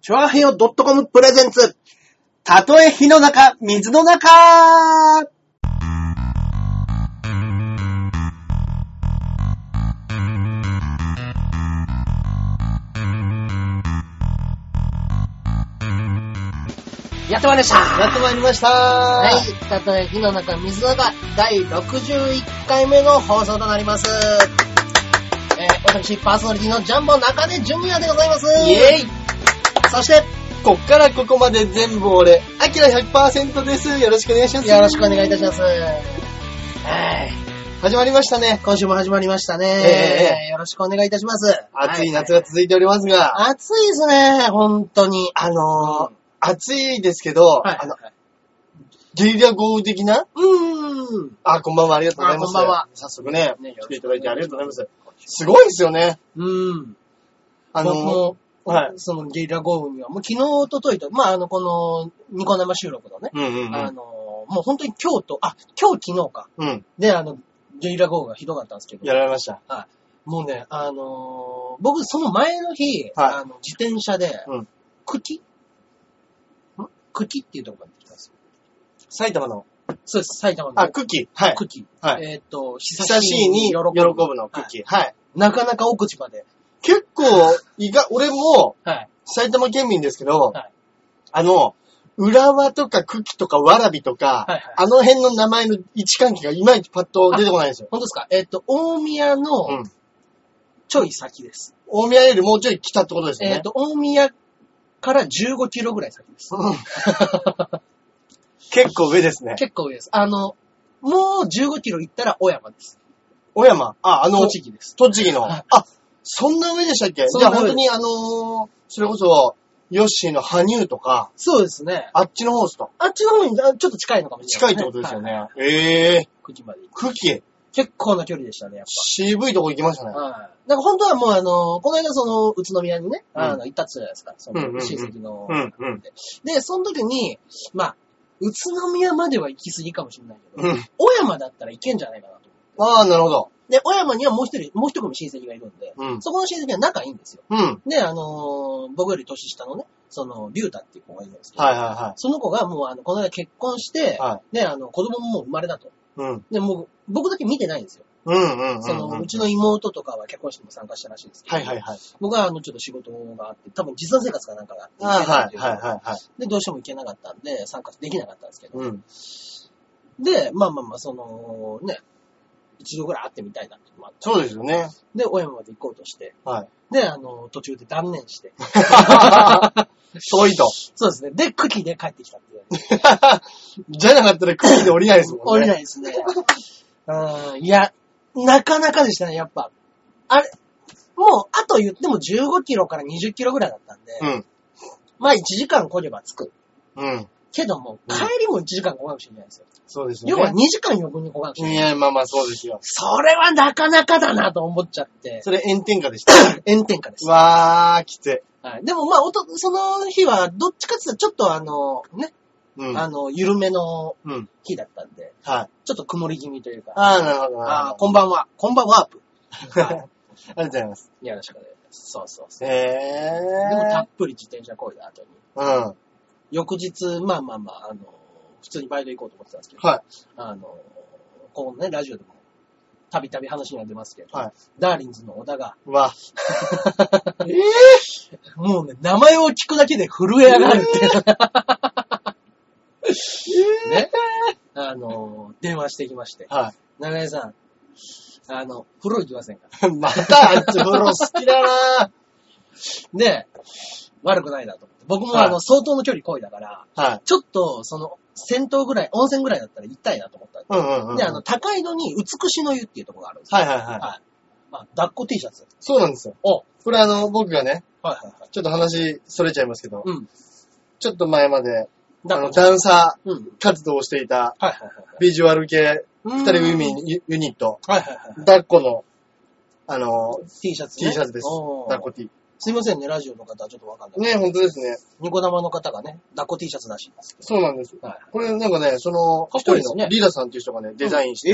チョアヘヨ .com プレゼンツ。たとえ火の中、水の中。 やってまいりました。 やってまいりました。 はい。たとえ火の中、水の中、第61回目の放送となります。私、パーソナリティのジャンボ中根ジュニアでございます。 イェイ。 そして、 こっからここまで全部俺、アキラ 100% です。よろしくお願いします。 よろしくお願いいたします。はい。 始まりましたね。 今週も始まりましたね。よろしくお願いいたします。 暑い夏が続いておりますが。 暑いですね、本当に。 暑いですけど、ゲリラ豪雨的なこんばんは、ありがとうございます。 こんばんは。 早速ね、来ていただいてありがとうございます。すごいですよね。 僕も、そのゲリラ豪雨には、もう昨日、おとといと、この、ニコ生収録のね、もう本当に今日、昨日か。で、ゲリラ豪雨がひどかったんですけど。 やられました。 はい。もうね、僕、その前の日、自転車で、茎っていうところに行ったんですよ。 埼玉の。 そうです、埼玉の。 茎。はい。 茎。 はい。 久しいに喜ぶの茎。はい。 なかなか奥地まで。 結構、俺も、埼玉県民ですけど、浦和とか茎とかわらびとか、あの辺の名前の位置関係がいまいちパッと出てこないんですよ。 本当ですか？大宮の、ちょい先です。 大宮よりもうちょい北ってことですよね。 大宮から15キロぐらい先です。 結構上ですね。 結構上です。もう15キロ行ったら小山です。 小山？ 栃木です。 栃木の。そんな上でしたっけ？じゃあ本当にそれこそ、ヨッシーの羽生とか。 そうですね。 あっちの方ですか？ あっちの方にちょっと近いのかもしれない。 近いってことですよね。 茎まで行く。 茎？ 結構な距離でしたね、やっぱ。 渋いとこ行きましたね。 なんか本当はもうこの間宇都宮にね、行ったっつうじゃないですか。その親戚の。で、その時に、宇都宮までは行き過ぎかもしれないけど、小山だったら行けんじゃないかなと。 なるほど。 で、小山にはもう一組親戚がいるんで、そこの親戚は仲いいんですよ。で、僕より年下のね、リュウタっていう子がいるんですけど、その子がもうこの間結婚して、で、子供ももう生まれたと。で、もう僕だけ見てないんですよ。うちの妹とかは結婚式も参加したらしいんですけど、僕はちょっと仕事があって、多分実産生活かなんかがあって、で、どうしても行けなかったんで、参加できなかったんですけど、で、ね、一度ぐらい会ってみたいなってのもあって。 そうですよね。 で、小山まで行こうとして、で、途中で断念して。 遠いと。 そうですね。で、茎で帰ってきたっていう。 じゃなかったら茎で降りないですもんね。 降りないですね。いや、なかなかでしたね、やっぱ。あれ、もう、あと言っても15キロから20キロぐらいだったんで、1時間来れば着く。けども、帰りも1時間来かもしれないですよ。 そうですね。 要は2時間余分に来かもしれない。 いや、そうですよ。 それはなかなかだなと思っちゃって。 それ炎天下でした。 炎天下です。 きつい。 でもその日は、どっちかっていうと、ちょっと緩めの日だったんで、ちょっと曇り気味というか。 なるほど。 こんばんは。こんばんはープ。 ありがとうございます。 よろしくお願いします。そう。 でもたっぷり自転車漕いだ後に。翌日、普通にバイト行こうと思ってたんですけど、このね、ラジオでも、たびたび話が出ますけど、ダーリンズの小田が、もうね、名前を聞くだけで震え上がるっていう。ね。電話してきまして、長江さん、風呂行きませんか？ またあいつ風呂好きだなで、悪くないなと思って。僕も相当の距離漕いだから、ちょっと、銭湯ぐらい、温泉ぐらいだったら行きたいなと思ったんで、高井戸に美しの湯っていうところがあるんですよ。抱っこ T シャツ。 そうなんですよ。これ僕がね、ちょっと話それちゃいますけど、ちょっと前まで、ダンサー活動をしていた、ビジュアル系、二人組ユニット、抱っこの、 T シャツです。抱っこ T。 すいませんね、ラジオの方はちょっとわかんない。 ね、本当ですね。 ニコ生の方がね、抱っこ T シャツらしいんです。 そうなんです。これなんかね、一人のリーダーさんっていう人がね、デザインして、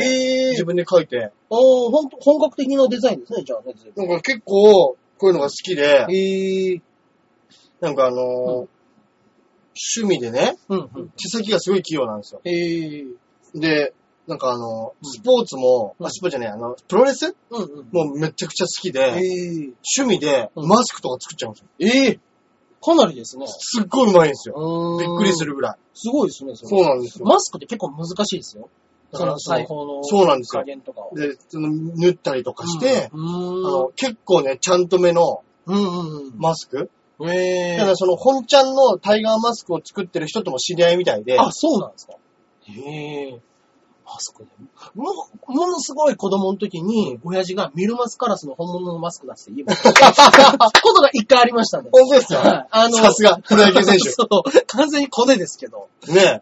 自分で描いて。 本格的なデザインですね、じゃあね。 なんか結構、こういうのが好きで、 なんか趣味でね、手先がすごい器用なんですよ。で、なんかスポーツも、スポーツじゃない、プロレスもうめちゃくちゃ好きで、趣味でマスクとか作っちゃうんですよ。 かなりですね。 すっごいうまいんですよ。びっくりするぐらい。 すごいですね、 そうなんですよ。 マスクって結構難しいですよ。その裁縫の加減とかを。 で、縫ったりとかして、結構ね、ちゃんとめのマスク。ただ本ちゃんのタイガーマスクを作ってる人とも知り合いみたいで。 あ、そうなんですか。マスクね。ものすごい子供の時に、親父がミルマスカラスの本物のマスク出して言いました。ことが一回ありましたね。 本当ですか？さすが、プロ野球選手。 そう、完全にコネですけど。 ね。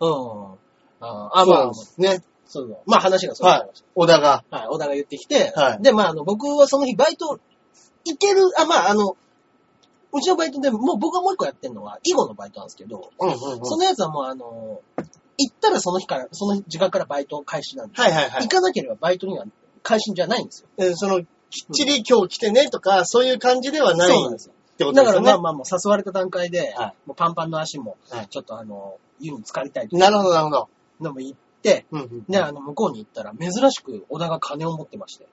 ね。 そう。まあ話がそうなりました。 小田が。 はい、小田が言ってきて。で、僕はその日バイト、行ける、うちのバイトでもう僕がもう一個やってるのは、囲碁のバイトなんですけど、そのやつはもう行ったらその日から、その時間からバイト開始なんで、行かなければバイトには開始じゃないんですよ。 きっちり今日来てねとか、そういう感じではない。そうなんですよ。ってことですよね。 だから誘われた段階で、もうパンパンの足も、ちょっと湯に浸かりたいと。 なるほど、なるほど。 でも行って、で、向こうに行ったら、珍しく小田が金を持ってまして。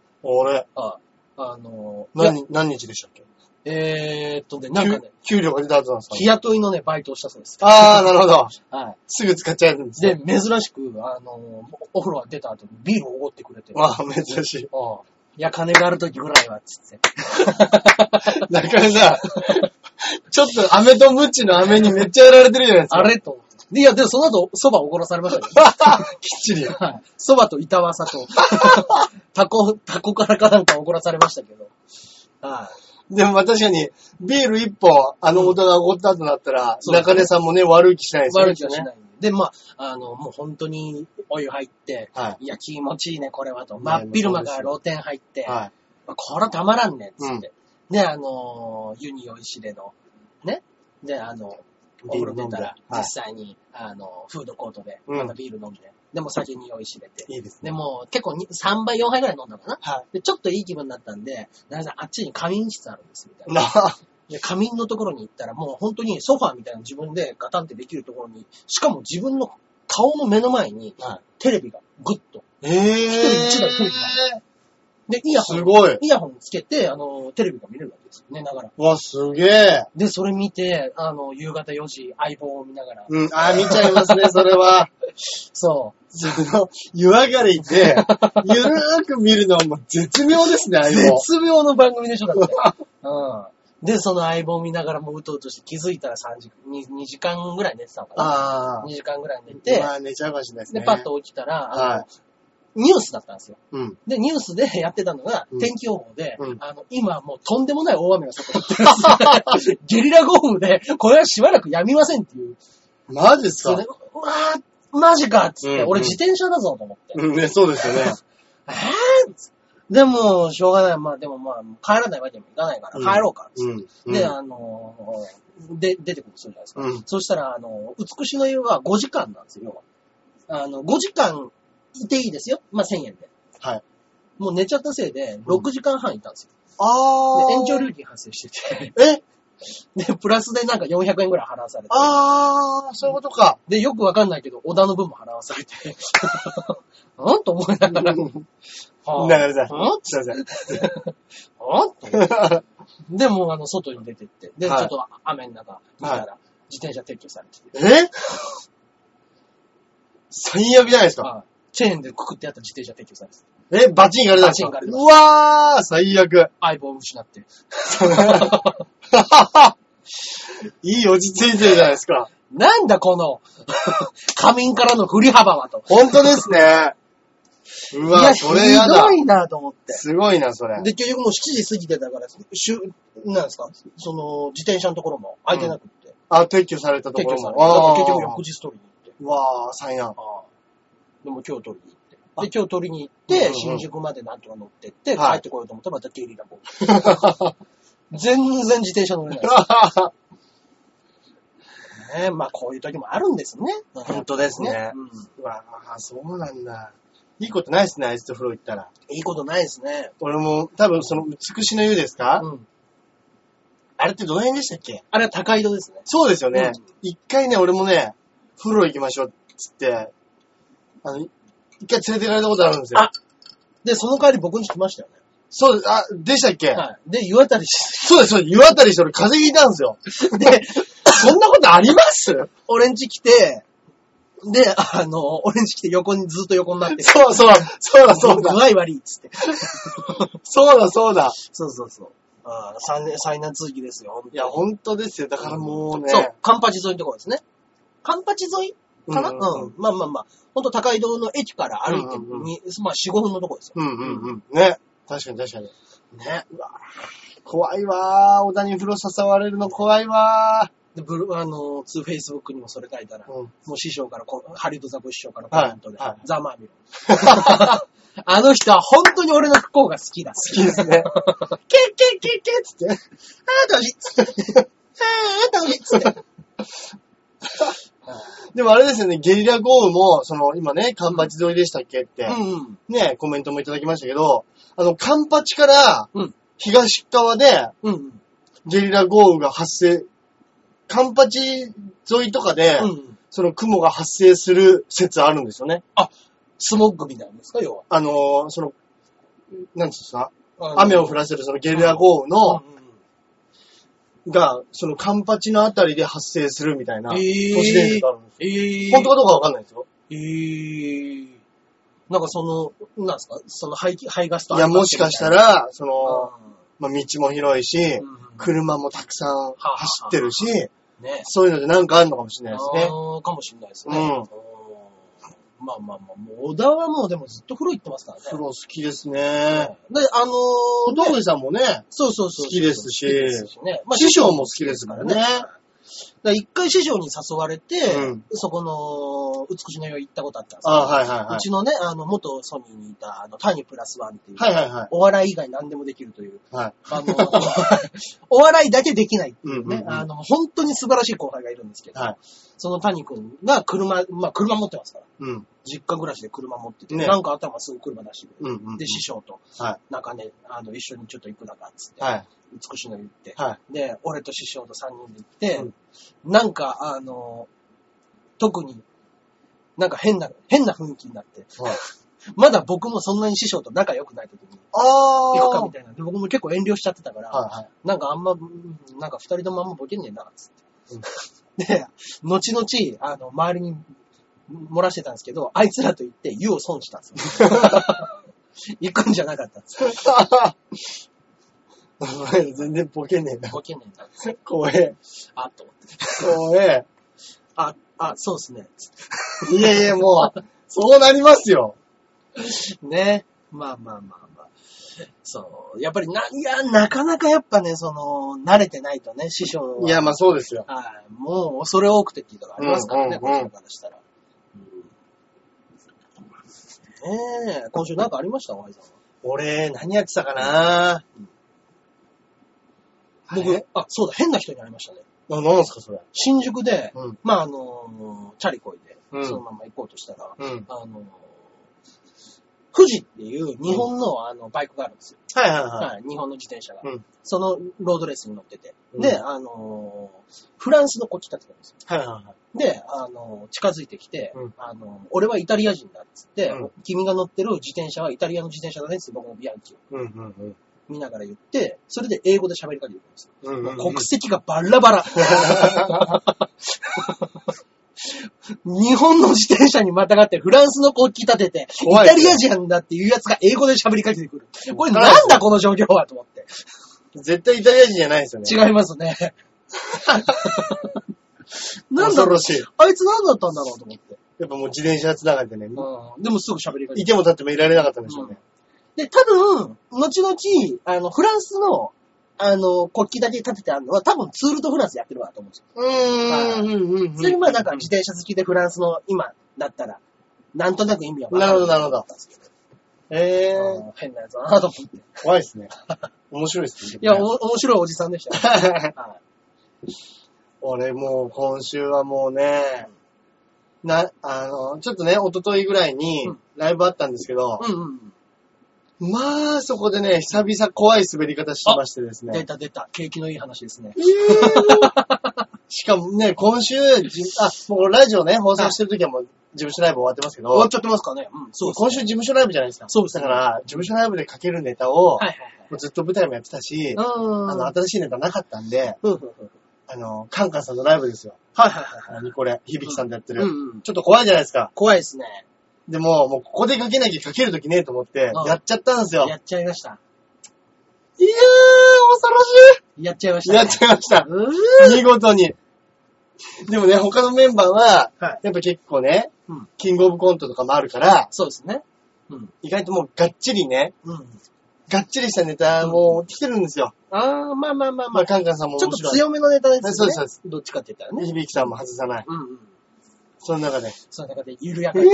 何日でしたっけ？ なんかね。 給料が出た後なんですか？ 日雇いのね、バイトをしたそうです。 ああ、なるほど。すぐ使っちゃうんですね。 で、珍しく、お風呂が出た後にビールをおごってくれて。 珍しい。 いや、金がある時ぐらいは、つって。 なかなか、ちょっと飴とムチの飴にめっちゃやられてるじゃないですか。 あれと。いや、でもその後、蕎麦おごらされましたよ。 きっちり。 蕎麦と板わさと、タコからかなんかおごらされましたけど。 でも確かに、ビール一本、小田がおごった後になったら、中根さんもね、悪い気しないですよね。 悪い気はしない。で、もう本当にお湯入って、いや、気持ちいいね、これはと。真っ昼間から露天入って、これはたまらんね、つって。で、湯に酔いしれの、ね。で、お風呂出たら、実際に、フードコートで、またビール飲んで、でも酒に酔いしれて。 いいですね。 で、もう結構3杯、4杯ぐらい飲んだかな。で、ちょっといい気分になったんで、あっちに仮眠室あるんです、みたいな。で、仮眠のところに行ったら、もう本当にソファーみたいな自分でガタンってできるところに、しかも自分の顔の目の前に、テレビがグッと。一人一台テレビが。で、イヤホンつけて、テレビが見れるわけですよ。寝ながら。 わ、すげえ。 で、それ見て、夕方4時、相棒を見ながら。 見ちゃいますね、それは。 そう。 湯上がりで、ゆるーく見るのはもう絶妙ですね、相棒。 絶妙の番組でしょ、だって。で、その相棒を見ながらもうとうとして気づいたら2時間ぐらい寝てたのかな。2時間ぐらい寝て。 寝ちゃうかもしれないですね。 で、パッと起きたら、ニュースだったんですよ。で、ニュースでやってたのが、天気予報で、今もうとんでもない大雨がそこにゲリラ豪雨で、これはしばらくやみませんっていう。 マジですか？ マジかっつって、俺自転車だぞと思って。 ね、そうですよね。 でも、しょうがない。でも帰らないわけにもいかないから、帰ろうかっつって。で、出てくるとするじゃないですか。そしたら、美しの湯は5時間なんですよ、要は。5時間いていいですよ。1000円で。もう寝ちゃったせいで、6時間半いたんですよ。で、延長料金発生してて。で、プラスでなんか400円ぐらい払わされて。 そういうことか。 で、よくわかんないけど、小田の分も払わされて。と思いながら。 すいません。 で、もう外に出てって。で、ちょっと雨の中見たら、自転車撤去されてて。最悪じゃないですか。 チェーンでくくってやった自転車撤去されて。 バチンがあれだ。うわー、最悪。 相棒を失って。 いい落ち着いてるじゃないですか。 なんだこの、仮眠からの振り幅はと。 本当ですね。うわ、それやだ。 ひどいなと思って。 すごいな、それ。 で、結局もう7時過ぎてたから、なんですか、自転車のところも空いてなくって。 撤去されたところも。 結局翌日取りに行って。 うわー、最悪。 でも今日取りに行って。で、今日取りに行って、新宿までなんとか乗ってって、帰ってこようと思ったらまたゲリラ豪雨。全然自転車乗れないです。こういう時もあるんですね。 本当ですね。うわぁ、そうなんだ。いいことないですね、あいつと風呂行ったら。 いいことないですね。 俺も、多分その美しの湯ですか？ あれってどの辺でしたっけ？ あれは高井戸ですね。 そうですよね。一回ね、俺もね、風呂行きましょう、つって、一回連れてかれたことあるんですよ。 で、その代わり僕に来ましたよね。 そう、でしたっけ？ はい。で、湯あたりそうです、湯あたりして俺風邪ひいたんですよ。で、そんなことあります？ 俺ん家来て、で、俺ん家来てずっと横になって。 そうだ。 具合悪いっつって。 そうだ。そう。 災難続きですよ。 いや、本当ですよ。だからもうね。 そう、カンパチ沿いのところですね。カンパチ沿いかな？まあ。ほんと高井戸の駅から歩いてまあ4、5分のところですよ。 ね。確かに。ね。うわ怖いわー。小田に風呂誘われるの怖いわー。 で、2フェイスブックにもそれ書いたら、もう師匠から、ハリウッドザコ師匠からコメントで、ざまあみろ。あの人は本当に俺の不幸が好きだ。 好きですね。 ケつって。楽しいつって。楽しいつって。 でもあれですよね、ゲリラ豪雨も、今ね、カンパチ沿いでしたっけって、ね、コメントもいただきましたけど、カンパチから、東側で、ゲリラ豪雨が発生、カンパチ沿いとかで、その雲が発生する説あるんですよね。 スモッグみたいなんですか、要は。 なんですか、雨を降らせるそのゲリラ豪雨の、が、そのカンパチのあたりで発生するみたいな、都市伝説があるんですよ。本当かどうかわかんないですよ。 なんかなんですかその排ガスといや、もしかしたら、まあ、道も広いし、車もたくさん走ってるし、そういうのでなんかあるのかもしれないですね。 かもしれないですね。まあ、もう、小田はもうでもずっと風呂行ってますからね。 風呂好きですね。 で、 小峠さんもね、 そう。 好きですし、 まあ、 師匠も好きですからね。 一回師匠に誘われて、そこの、美しの湯行ったことあったんですけど、うちのね、元ソニーにいた、タニプラスワンっていう、お笑い以外何でもできるという、お笑いだけできないっていうね、本当に素晴らしい後輩がいるんですけど、その谷君が車持ってますから、実家暮らしで車持ってて、なんか頭すぐ車出してくれる。で、師匠と、なんかね、一緒にちょっと行くだかっつって、美しの湯行って、で、俺と師匠と3人で行って、なんか、特になんか変な雰囲気になって、まだ僕もそんなに師匠と仲良くない時に、行くかみたいな。で、僕も結構遠慮しちゃってたから、なんかなんか二人ともあんまボケねえな、つって。で、後々、周りに漏らしてたんですけど、あいつらと言って湯を損したんですよ。行くんじゃなかったんですよ。 全然ボケねえな。 ボケねえな。 怖え。 と思って。 怖え。 そうっすね。 いや、もう、そうなりますよ。 ね。まあ。そう。やっぱりなかなかやっぱね、慣れてないとね、師匠は。 いや、まあそうですよ。 もう、恐れ多くてっていうのがありますからね、こちらからしたら。今週なんかありました大井さんは。 俺、何やってたかな僕、そうだ、変な人に会いましたね。 何ですか、それ。 新宿で、まあ、チャリこいで、そのまま行こうとしたら、富士っていう日本のバイクがあるんですよ。日本の自転車が。そのロードレースに乗ってて。で、フランスの国旗立てたんですよ。で、近づいてきて、俺はイタリア人だっつって、君が乗ってる自転車はイタリアの自転車だねっつって僕のビアンキを。見ながら言って、それで英語で喋りかけてくるんですよ。国籍がバラバラ。日本の自転車にまたがってフランスの国旗立てて、イタリア人だっていうやつが英語で喋りかけてくる。これなんだこの状況はと思って。 絶対イタリア人じゃないですよね。 違いますね。 なんだろうし。 あいつ何だったんだろうと思って。 やっぱもう自転車つながってね。 でもすぐ喋りかけて。 いても立ってもいられなかったんでしょうね。 で、多分、後々、フランスの、国旗だけ立ててあるのは、多分ツールドフランスやってるわと思うんですよ。それまあなんか自転車好きでフランスの今だったら、なんとなく意味は分かる。 なるほど。 変なやつだなと思って。 怖いですね。面白いですね。 いや、面白いおじさんでした。 俺もう今週はもうね、ちょっとね、一昨日ぐらいにライブあったんですけど、 まあ、そこでね、久々怖い滑り方しましてですね。 出た。景気のいい話ですね。 しかもね、今週、もうラジオね、放送してるときはもう、事務所ライブ終わってますけど。 終わっちゃってますかね。うん、 そうですね。今週事務所ライブじゃないですか。 そうですね。だから、事務所ライブでかけるネタを、もうずっと舞台もやってたし、新しいネタなかったんで、カンカンさんのライブですよ。ニコレ、響さんでやってる。ちょっと怖いじゃないですか。 怖いですね。 でも、もうここでかけなきゃかけるときねえと思って、やっちゃったんですよ。 やっちゃいました。 いやー、恐ろしい。やっちゃいましたね。 やっちゃいました。見事に。でもね、他のメンバーは、やっぱ結構ね、キングオブコントとかもあるから、 そうですね。 意外ともうがっちりね、がっちりしたネタも来てるんですよ。 まあ、 カンカンさんも面白い。 ちょっと強めのネタですね。 そうです。 どっちかって言ったらね。 響さんも外さない。その中で、 緩やかに。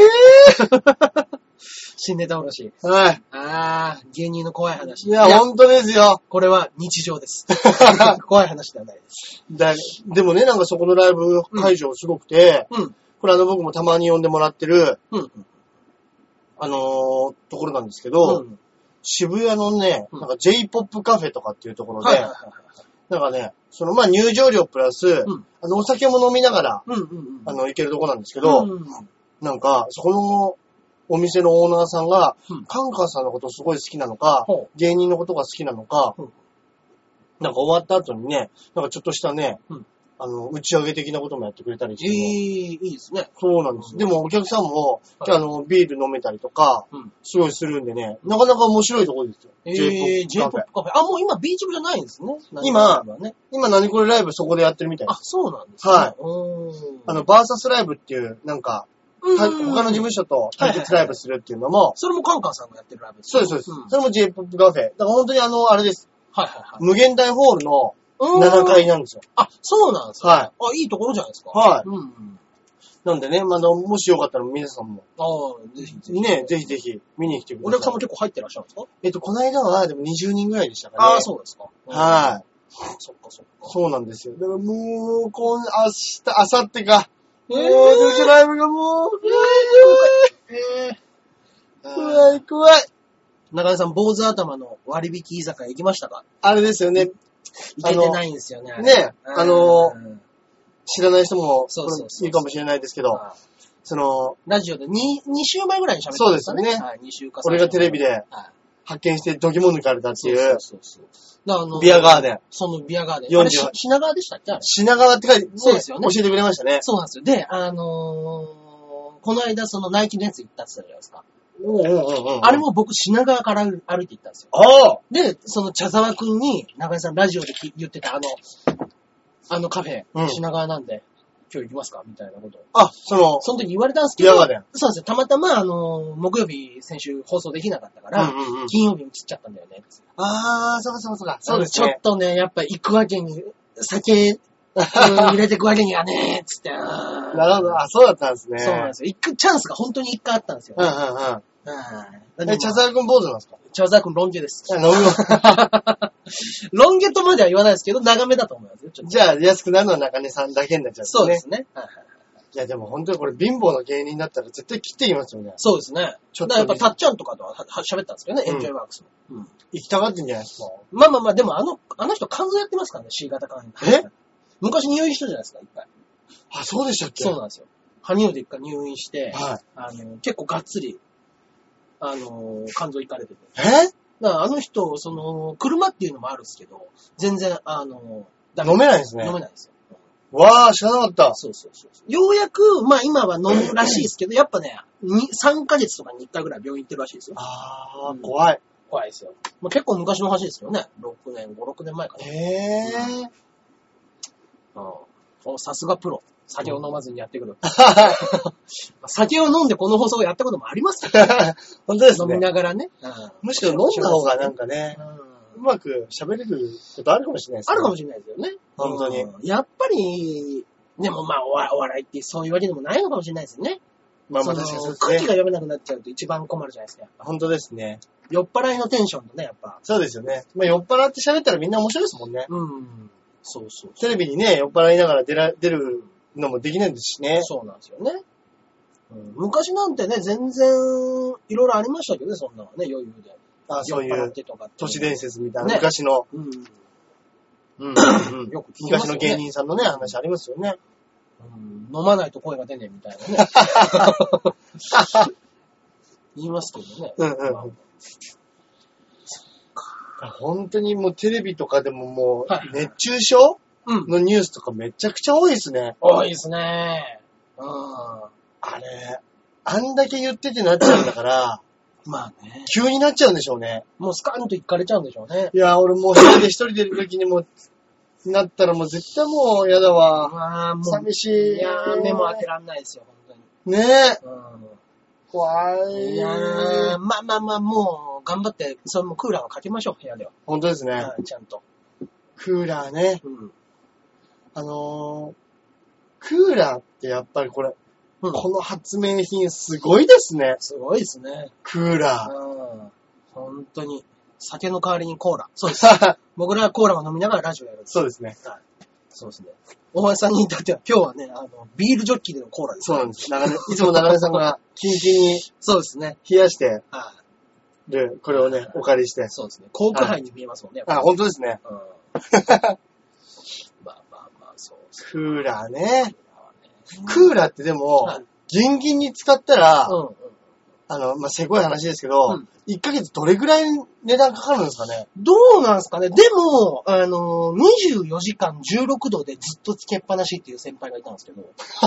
新ネタおろし。 はい。 芸人の怖い話。 いや、本当ですよ。 これは日常です。怖い話ではないです。 でもね、なんかそこのライブ会場すごくて、これ僕もたまに呼んでもらってる、ところなんですけど、渋谷のね、なんか J-POP カフェとかっていうところで、なんかね、入場料プラス、お酒も飲みながら、行けるとこなんですけど、なんか、そこのお店のオーナーさんが、カンカンさんのことすごい好きなのか、芸人のことが好きなのか、なんか終わった後にね、なんかちょっとしたね、打ち上げ的なこともやってくれたりして。 いいですね。 そうなんです。でもお客さんも、ビール飲めたりとか、すごいするんでね、なかなか面白いところですよ。 J-POP カフェ。もう今ビーチ部じゃないんですね。 今何これライブそこでやってるみたいです。 そうなんですね。 はい。バーサスライブっていう、なんか、他の事務所と対決ライブするっていうのも、 それもカンカンさんがやってるライブですそうです。それも J-POP カフェ。だから本当にあれです。無限大ホールの7階なんですよ。 そうなんですか。いいところじゃないですか。 はい。なんでね、もしよかったら皆さんも。 ぜひ。 ね、ぜひ見に来てください。 お客さんも結構入ってらっしゃるんですか？ この間はでも20人ぐらいでしたからね。 そうですか。 はい。 そっか。 そうなんですよ。だからもう、明後日か。もう、女子ライブがもう、怖い。 中根さん、坊主頭の割引居酒屋行きましたか？ あれですよね。 行けてないんですよね。 ね、知らない人もいいかもしれないですけど、 ラジオで2週前ぐらいに喋ってましたね。 そうですよね。 2週か3週。 俺がテレビで発見してドキモ抜かれたっていう。ビアガーデン。 そのビアガーデン。あれ品川でしたっけ？ 品川って書いて、 そうですよね。 教えてくれましたね。 そうなんですよ。で、この間ナイキのやつ行ったって言ったじゃないですか。あれも僕品川から歩いて行ったんですよ。で、茶沢くんに、中根さんラジオで言ってたあのカフェ、品川なんで、今日行きますかみたいなことを。その時言われたんですけど、そうなんですよ。たまたま、木曜日先週放送できなかったから、金曜日に移っちゃったんだよね。 そうか。そうですね。ちょっとね、やっぱ行くわけに、酒、入れてくわけにはね、つって。 なるほど。そうだったんですね。 そうなんですよ。行くチャンスが本当に一回あったんですよ。 茶沢くん坊主なんですか？ 茶沢くんロン毛です。ロン毛とまでは言わないですけど、長めだと思いますよ。 じゃあ、安くなるのは中根さんだけになっちゃうんですね。 そうですね。 いや、でも本当にこれ貧乏な芸人だったら絶対切っていきますよね。 そうですね。ちょっと。やっぱたっちゃんとかとは喋ったんですけどね、エンジョイワークスの。 行きたがってんじゃないですか。 まあ、でもあの人肝臓やってますからね、C 型肝炎。昔入院したじゃないですか、いっぱい。 そうでしたっけ？ そうなんですよ。羽生で一回入院して、結構がっつり、肝臓いかれてて。だからあの人、車っていうのもあるんですけど、全然、 飲めないんですね。 飲めないんですよ。 わー、知らなかった。 そう。ようやく、今は飲むらしいですけど、やっぱね、3ヶ月とかに1回ぐらい病院行ってるらしいですよ。 怖い。 怖いですよ。結構昔の話ですよね。5、6年前かな。さすがプロ。酒を飲まずにやってくる。酒を飲んでこの放送をやったこともありますよ。 本当ですね。 飲みながらね。 むしろ飲んだ方がなんかね、うまく喋れることあるかもしれないですね。 あるかもしれないですよね。 本当に。 やっぱり、でもお笑いってそういうわけでもないのかもしれないですよね。確かにそうですね。空気が読めなくなっちゃうと一番困るじゃないですか。 本当ですね。 酔っ払いのテンションとね、やっぱ。 そうですよね。酔っ払って喋ったらみんな面白いですもんね。 そう。 テレビにね、酔っ払いながら出るのもできないんですしね。 そうなんですよね。昔なんてね、全然いろいろありましたけどね、そんなのね、余裕で。 そういう都市伝説みたいな、昔の、よく昔の芸人さんのね、話ありますよね。 飲まないと声が出ねえみたいなね。言いますけどね。 本当にもうテレビとかでももう、熱中症のニュースとかめちゃくちゃ多いですね。 多いですね。 あれ、あんだけ言っててなっちゃうんだから、 まあね。 急になっちゃうんでしょうね。 もうスカーンと行かれちゃうんでしょうね。 いや、俺もう一人でいる時にもなったらもう絶対もう嫌だわ。もう寂しい。 いや目も開けらんないですよ、本当に。ねえ。怖い。 いやまあ、もう頑張って、そのクーラーをかけましょう、部屋では。 本当ですね。 ちゃんと。 クーラーね。クーラーってやっぱりこれ、この発明品すごいですね。 すごいですね。 クーラー。 本当に。酒の代わりにコーラ。そうです。僕らはコーラを飲みながらラジオやるんです。 そうですね。 そうですね。大林さんに至っては今日はね、ビールジョッキでのコーラです。 そうなんです。いつも長根さんがキンキンにそうですね。 冷やしてる、これをね、お借りして。 そうですね。コーク杯に見えますもんね。 本当ですね。 まあ、そうですね。 クーラーね。クーラーってでも、ギンギンに使ったら、せこい話ですけど、1ヶ月どれぐらい値段かかるんですかね？ どうなんですかね？でも、24時間16度でずっとつけっぱなしっていう先輩がいたんですけど。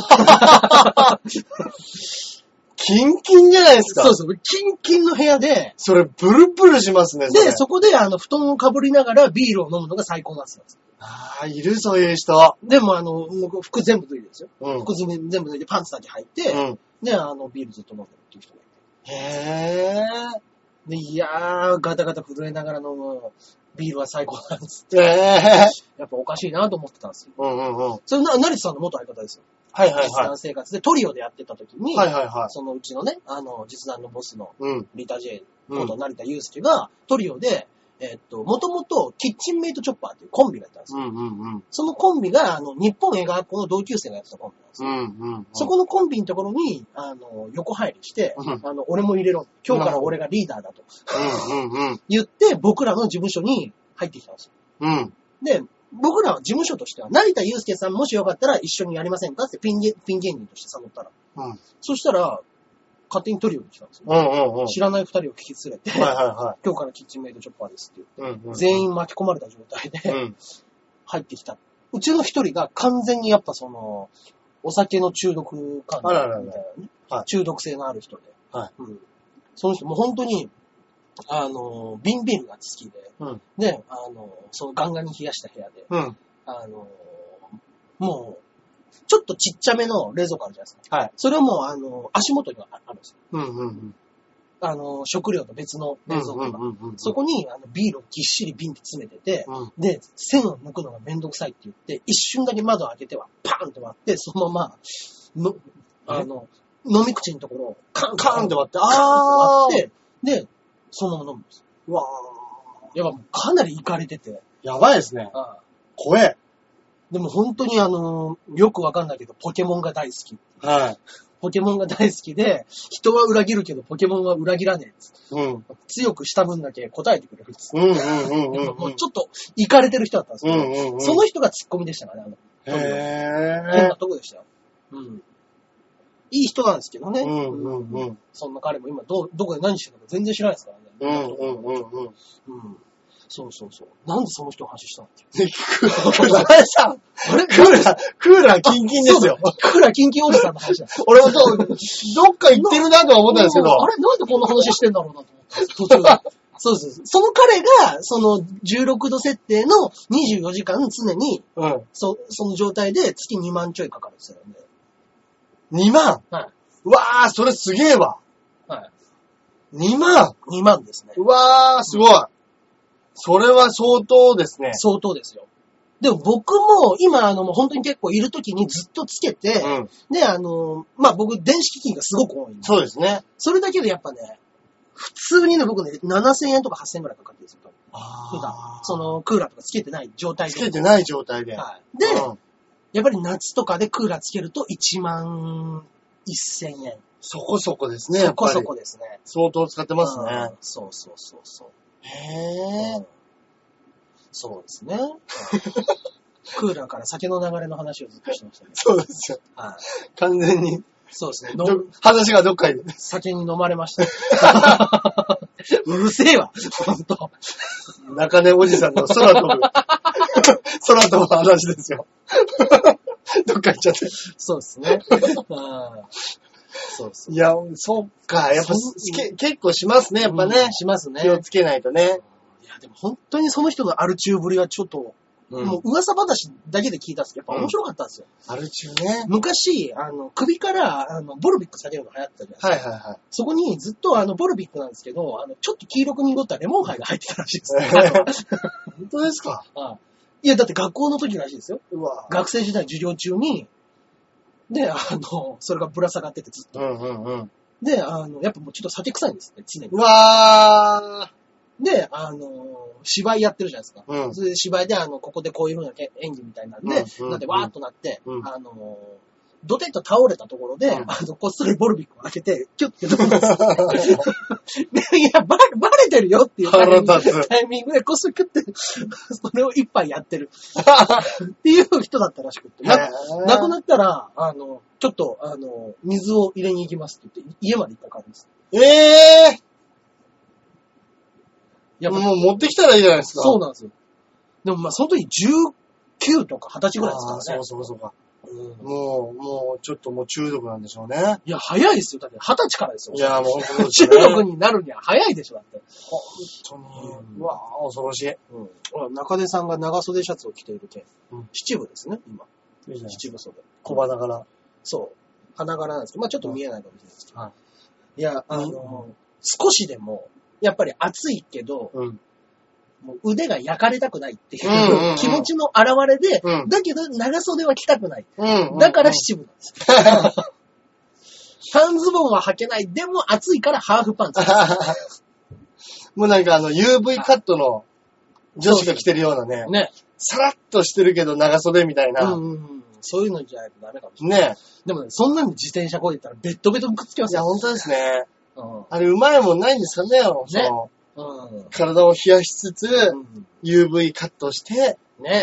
キンキンじゃないですか。 そうそう、キンキンの部屋で。 それブルブルしますね。 で、そこで布団をかぶりながらビールを飲むのが最高なんですよ。 いるそういう人。 でも服全部脱いでですよ。服全部脱いでパンツだけ履いて、で、ビールずっと飲んでるっていう人がいて。 へー。 で、いやー、ガタガタ震えながら飲むビールは最高なんですって。やっぱおかしいなと思ってたんですよ。それ成田さんの元相方ですよ。実弾生活でトリオでやってた時に、そのうちのね、実弾のボスのリタ・ジェイこと成田悠介がトリオで、もともとキッチンメイトチョッパーっていうコンビがいたんですよ。そのコンビが、日本映画学校の同級生がやってたコンビなんですよ。そこのコンビのところに、横入りして、俺も入れろ。今日から俺がリーダーだと。言って、僕らの事務所に入ってきたんですよ。で、僕らは事務所としては、成田悠介さんもしよかったら一緒にやりませんかってピン芸人として誘ったら。そしたら、勝手にトリオに来たんですよ。知らない二人を引き連れて、今日からキッチンメイドチョッパーですって言って、全員巻き込まれた状態で、入ってきた。うちの一人が完全にやっぱお酒の中毒感みたいなね、中毒性のある人で、その人も本当に、瓶ビールが好きで、で、ガンガンに冷やした部屋で、もう、ちょっとちっちゃめの冷蔵庫あるじゃないですか。それはもう、足元にあるんですよ。食料と別の冷蔵庫が。そこに、ビールをぎっしり瓶で詰めてて、で、線を抜くのがめんどくさいって言って、一瞬だけ窓を開けては、パーンって割って、そのまま、飲み口のところをカーンって割って、割って、で、そのまま飲むんです。うわー。やっぱかなりイカれてて。 やばいですね。怖え。 でも本当によくわかんないけど、ポケモンが大好き。ポケモンが大好きで、人は裏切るけど、ポケモンは裏切らねえ。強くした分だけ答えてくれるんです。もうちょっとイカれてる人だったんですけど、その人がツッコミでしたからね。変なとこでしたよ。いい人なんですけどね。そんな彼も今どこで何してるのか全然知らないですからね。そう。なんでその人の話したのクーラーキンキンですよ。 クーラーキンキンおじさんの話だ。 俺もどっか行ってるなとは思ったんですけど。 あれなんでこんな話してんだろうなと思った途中で。そうです。その彼が、16度設定の24時間常に、その状態で月2万ちょいかかるんですよね。 2万？うわー、それすげえわ。2万？ 2万ですね。 うわー、すごい。それは相当ですね。 相当ですよ。でも僕も今本当に結構いる時にずっとつけて、で僕電子機器がすごく多いんで。 そうですね。 それだけでやっぱね、普通にね僕ね7000円とか8000円くらいかかってるんですよ。普段クーラーとかつけてない状態で。 つけてない状態で。 で、やっぱり夏とかでクーラーつけると1万1000円。 そこそこですね。 そこそこですね。 相当使ってますね。 そうそうそうそう。 へぇ、 そうですね。クーラーから酒の流れの話をずっとしてましたね。 そうですよ。 はい。 完全に。 そうですね。 話がどっかに。 酒に飲まれました。うるせえわ。ほんと。 中根おじさんの空飛ぶ。空飛ぶ話ですよ。どっか行っちゃって。 そうですね。そうそう。 いや、そっか。やっぱ結構しますね、やっぱね。 しますね。 気をつけないとね。 いや、でも本当にその人のアル中ぶりはちょっと、もう噂話だけで聞いたんですけど、やっぱ面白かったんですよ。 アル中ね。 昔、首から、ボルビック下げるの流行ったじゃないですか。 はいはいはい。 そこにずっとボルビックなんですけど、ちょっと黄色く濁ったレモンハイが入ってたらしいです。 本当ですか？ いや、だって学校の時らしいですよ。 うわ。 学生時代授業中に、で、それがぶら下がっててずっと。で、やっぱもうちょっと酒臭いんですって、常に。 うわー。 で、芝居やってるじゃないですか。それで芝居で、ここでこういう風な演技みたいなんで、なんでわーっとなって、ドテッと倒れたところで、こっそりボルビックを開けて、キュッて飲むんですよ。いや、バレてるよっていうタイミングでこっそりキュッて、それを一杯やってる。っていう人だったらしくて。亡くなったら、ちょっと、水を入れに行きますって言って、家まで行った感じです。 いや、もう持ってきたらいいじゃないですか。 そうなんですよ。でもまあ、その時19とか20歳ぐらいですからね。 そうか。もう、ちょっともう中毒なんでしょうね。 いや、早いですよ。だって20歳からですよ。 いや、もう本当に、 中毒になるには早いでしょ、だって。 本当に。うわぁ、恐ろしい。 中根さんが長袖シャツを着ている件。七分ですね、今。七分袖。 小花柄。 そう。花柄なんですけど、まあちょっと見えないかもしれないですけど。いや、少しでも、やっぱり暑いけど、もう腕が焼かれたくないっていう気持ちの表れで、だけど長袖は着たくない。だから七分なんですよ。半ズボンは履けない。でも暑いからハーフパンツ。 もうなんかUV カットの女子が着てるようなね。さらっとしてるけど長袖みたいな。 そういうのじゃないとダメかもしれない。ね。でもね、そんなに自転車こいでたらベッドベトにくっつきますよ。 いや、本当ですね。あれ、うまいもんないんですかね、体を冷やしつつ、UV カットして、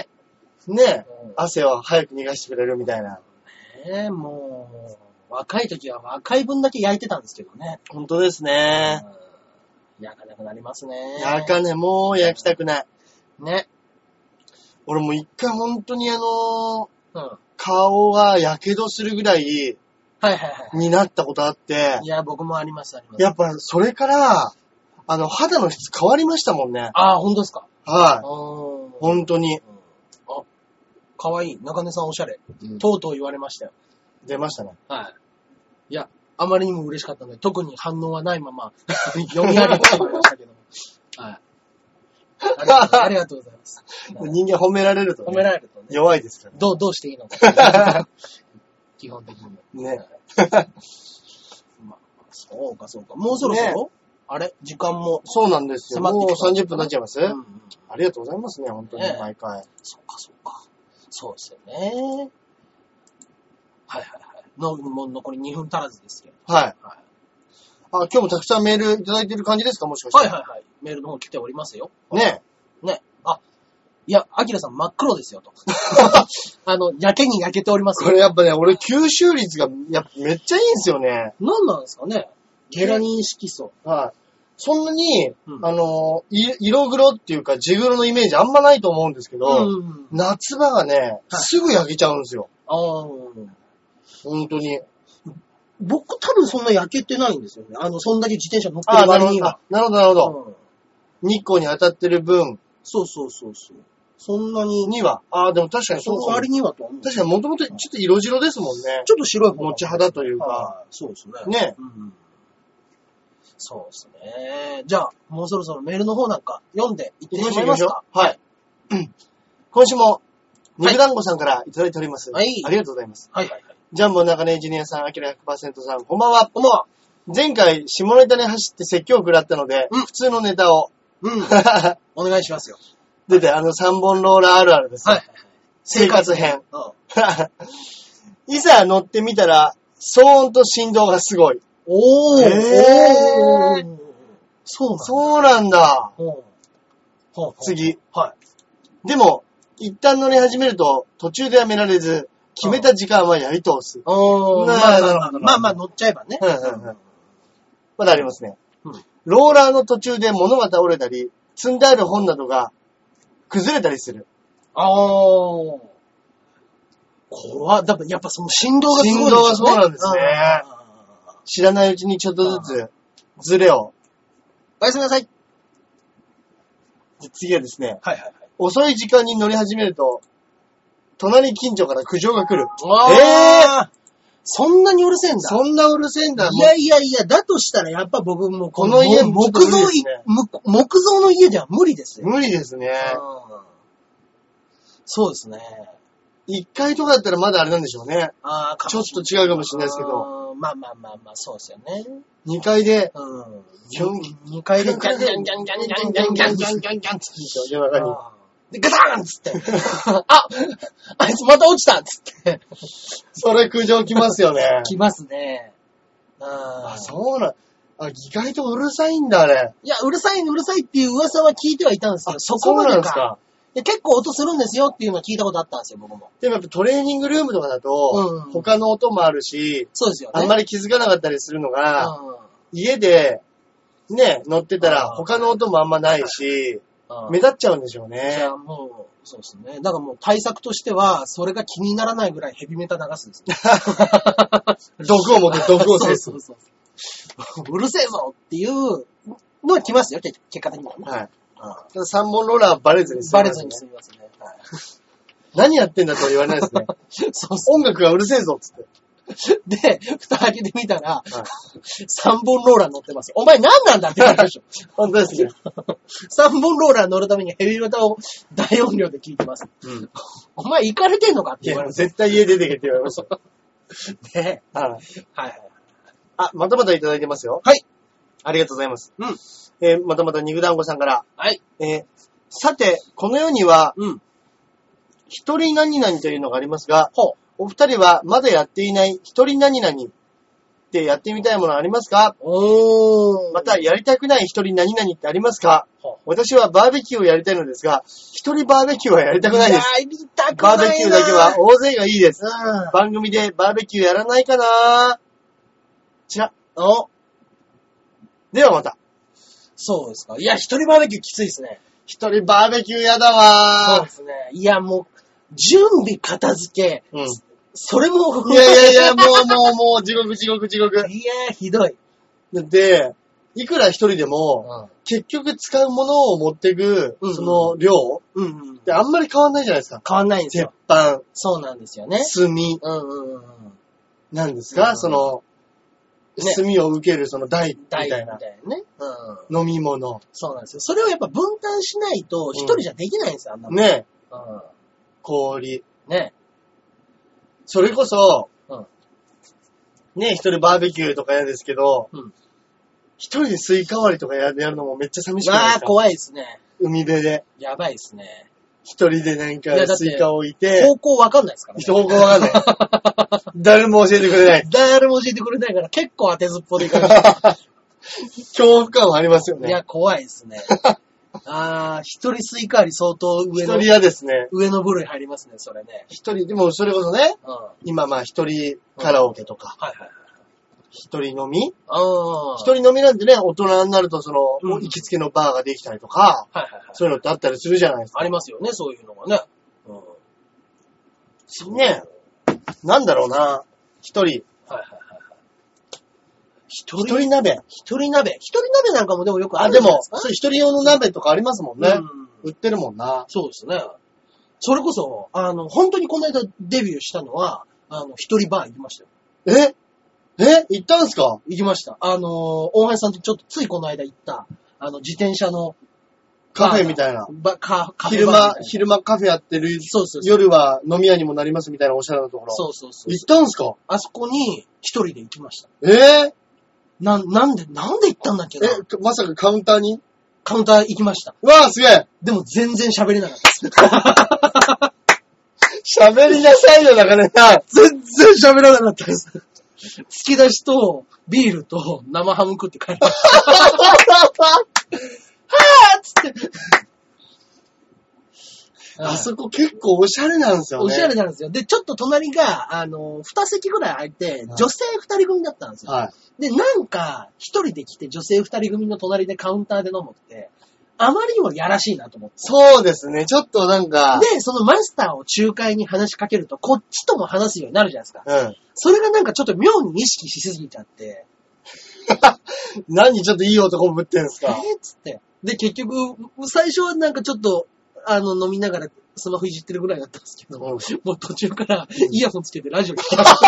汗を早く逃がしてくれるみたいな。 もう、若い時は若い分だけ焼いてたんですけどね。 本当ですね。 焼かなくなりますね。 もう焼きたくない。 ね。 俺も一回本当に顔が火傷するぐらい、になったことあって。 いや、僕もあります。 やっぱ、それから、肌の質変わりましたもんね。 ああ、本当ですか。 はい。本当に。 かわいい。中根さんおしゃれ。とうとう言われましたよ。 出ましたね。 はい。いや、あまりにも嬉しかったので、特に反応はないまま、読み上げてしまいましたけども。はい。ありがとうございます。 人間褒められるとね。弱いですからね。 どうしていいのか。基本的に。 ね。 そうか。もうそろそろ、あれ時間も。 そうなんですよ。もう30分経っちゃいます？ありがとうございますね、本当に、毎回。 そうか。そうですよね。はい。もう残り2分足らずですけど。 はい。今日もたくさんメールいただいてる感じですか、もしかして。 はい。メールの方来ておりますよ。 ね。 いや、アキラさん真っ黒ですよと。焼けに焼けておりますよ。 これやっぱね、俺吸収率がめっちゃいいんですよね。 何なんですかね。ゲラニン色素。 はい。そんなに、色黒っていうか地黒のイメージあんまないと思うんですけど、夏場がね、すぐ焼けちゃうんですよ。本当に。 僕多分そんな焼けてないんですよね。そんだけ自転車乗ってる割には。 なるほど。日光に当たってる分。 そう。そんなには。でも確かにそう。その割にはと思う。 確かにもともとちょっと色白ですもんね。 ちょっと白い持ち肌というか。 そうですね。 ね。 そうですね。じゃあ、もうそろそろメールの方なんか読んでいってしまいますか。 はい。今週も、肉団子さんからいただいております。 はい。 ありがとうございます。 はい。 ジャンボ中根エンジニアさん、アキラ 100% さん、こんばんは。前回、下ネタに走って説教を食らったので、普通のネタを。 お願いしますよ。 出て、3本ローラーあるあるです。生活編。いざ乗ってみたら、騒音と振動がすごい。 おー。 そうなんだ。次。 はい。 でも、一旦乗り始めると途中でやめられず、決めた時間はやり通す。 まあ乗っちゃえばね。 まだありますね。ローラーの途中で物が倒れたり、積んである本などが崩れたりする。 これは、やっぱその振動がすごいですね。 振動がそうなんですね。知らないうちにちょっとずつズレを。 おやすみなさい。 次はですね。遅い時間に乗り始めると、隣近所から苦情が来る。 そんなにうるせえんだ。 そんなうるせえんだ。 いや、だとしたらやっぱ僕もこの家木造の家では無理ですよ。 無理ですね。 そうですね。 1階とかだったらまだあれなんでしょうね。ちょっと違うかもしれないですけど。 まあ、そうですよね。 2階で、 2階で、ギャンギャンギャンギャンギャンギャンギャンギャンギャンギャンギャンつって夜中に。で、ガタンつって。あいつまた落ちたつって。 それ苦情来ますよね。 来ますね。 そうなん。意外とうるさいんだ、あれ。 いや、うるさいっていう噂は聞いてはいたんですけど、そこまでか。結構音するんですよっていうのは聞いたことあったんですよ、僕も。 でもやっぱトレーニングルームとかだと、他の音もあるし、 そうですよね。 あんまり気づかなかったりするのが、家で、ね、乗ってたら他の音もあんまないし、目立っちゃうんでしょうね。 じゃあもう、そうですね。だからもう対策としては、それが気にならないぐらいヘビメタ流すんですね。 毒を持って毒を制す。 そう。うるせえぞっていうのは来ますよ、結果的にはね。 はい。ただ3本ローラーはバレずに済みますね。 バレずに済みますね。 何やってんだとは言われないですね。音楽がうるせえぞっつって。 で、蓋開けてみたら、3本ローラー乗ってます。お前何なんだって言われたでしょ。 本当ですね。 3本ローラー乗るためにヘビメタを大音量で聞いてます。お前行かれてんのかって言われました。 絶対家出てけって言われました。 で、 またまたいただいてますよ。 はい。 ありがとうございます。またまた肉団子さんから。 はい。 さて、この世には、一人何々というのがありますが、お二人はまだやっていない一人何々ってやってみたいものありますか？またやりたくない一人何々ってありますか？私はバーベキューをやりたいのですが、一人バーベキューはやりたくないです。 やりたくないな。 バーベキューだけは大勢がいいです。番組でバーベキューやらないかな？ちら。ではまた。 そうですか。いや、一人バーベキューきついですね。 一人バーベキューやだわー。 そうですね。いや、もう、準備片付け。それも。 いや、もう、地獄。 いや、ひどい。 で、いくら一人でも、結局使うものを持っていく、その量、ってあんまり変わんないじゃないですか。 変わんないんですよ。 鉄板。 そうなんですよね。 炭。なんですか、その、炭を受けるその台みたいな。 ね。 飲み物。 そうなんですよ。それをやっぱ分担しないと、一人じゃできないんですよ、あんなもん。 ね。氷。 ね。 それこそ、ね、一人バーベキューとか嫌ですけど、一人でスイカ割りとかやるのもめっちゃ寂しくないですか？ 怖いですね。 海辺で。 やばいですね。 一人でなんかスイカを置いて。 方向わかんないですからね。 方向わかんない。誰も教えてくれない。 誰も教えてくれないから結構当てずっぽでいかない。 恐怖感はありますよね。 いや、怖いですね。一人スイカ割り相当上の。 一人嫌ですね。 上の部類入りますね、それね。 一人、でもそれこそね、今一人カラオケとか。一人飲み一人飲みなんてね、大人になると行きつけのバーができたりとか、そういうのってあったりするじゃないですか。 ありますよね、そういうのがね。 ねなんだろうな、一人。一人鍋なんかもでもよくあるじゃないですか。そう、一人用の鍋とかありますもんね。売ってるもんな。 そうですね。それこそ、本当にこの間デビューしたのは、一人バー行きましたよ。 行ったんすか？ 行きました。大林さんとちょっとついこの間行った、自転車のカフェみたいな。昼間カフェやってる。 そう。 夜は飲み屋にもなりますみたいなおしゃれなところ。 そう。 行ったんすか？ あそこに一人で行きました。なんで行ったんだっけな。 まさかカウンターに？ カウンター行きました。 うわぁ、すげえ！ でも全然喋れなかったです。喋りなさいよ、なかなか。 全然喋らなかったです。突き出しと、 ビールと生ハム食って帰りました。はぁーっつって。 あそこ結構おしゃれなんですよね。 おしゃれなんですよ。で、ちょっと隣が、2席ぐらい空いて、女性2人組だったんですよ。はい、で、なんか、1人で来て女性2人組の隣でカウンターで飲むって、あまりにもやらしいなと思って。 そうですね。ちょっとなんか。 で、そのマスターを仲介に話しかけると、こっちとも話すようになるじゃないですか。うん。それがなんかちょっと妙に意識しすぎちゃって。 何ちょっといい男ぶってんすかつって。で、結局、最初はなんかちょっと、飲みながらスマホいじってるぐらいだったんですけど、もう途中からイヤホンつけてラジオ聞きました。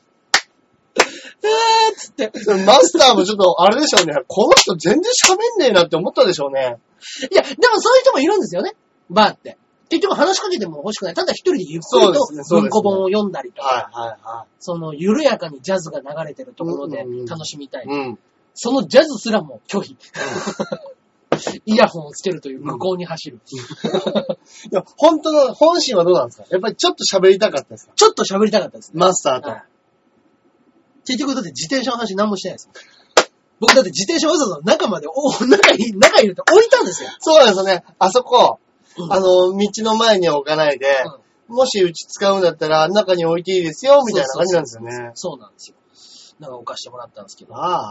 つって。 マスターもちょっと、あれでしょうね。この人全然喋んねえなって思ったでしょうね。 いや、でもそういう人もいるんですよね。バーって。結局話しかけても欲しくない。ただ一人でゆっくりと文庫本を読んだりとか、緩やかにジャズが流れてるところで楽しみたい。うん、そのジャズすらも拒否。イヤホンをつけるという無効に走る。 いや、本心はどうなんですか？やっぱりちょっと喋りたかったですか？ ちょっと喋りたかったですね。 マスターと。 結局だって自転車の話何もしてないです。僕だって自転車わざわざ中まで、中入れて置いたんですよ。 そうなんですよね。あそこ、道の前には置かないで、もしうち使うんだったら中に置いていいですよ、みたいな感じなんですよね。 そうなんですよ。なんか置かしてもらったんですけど。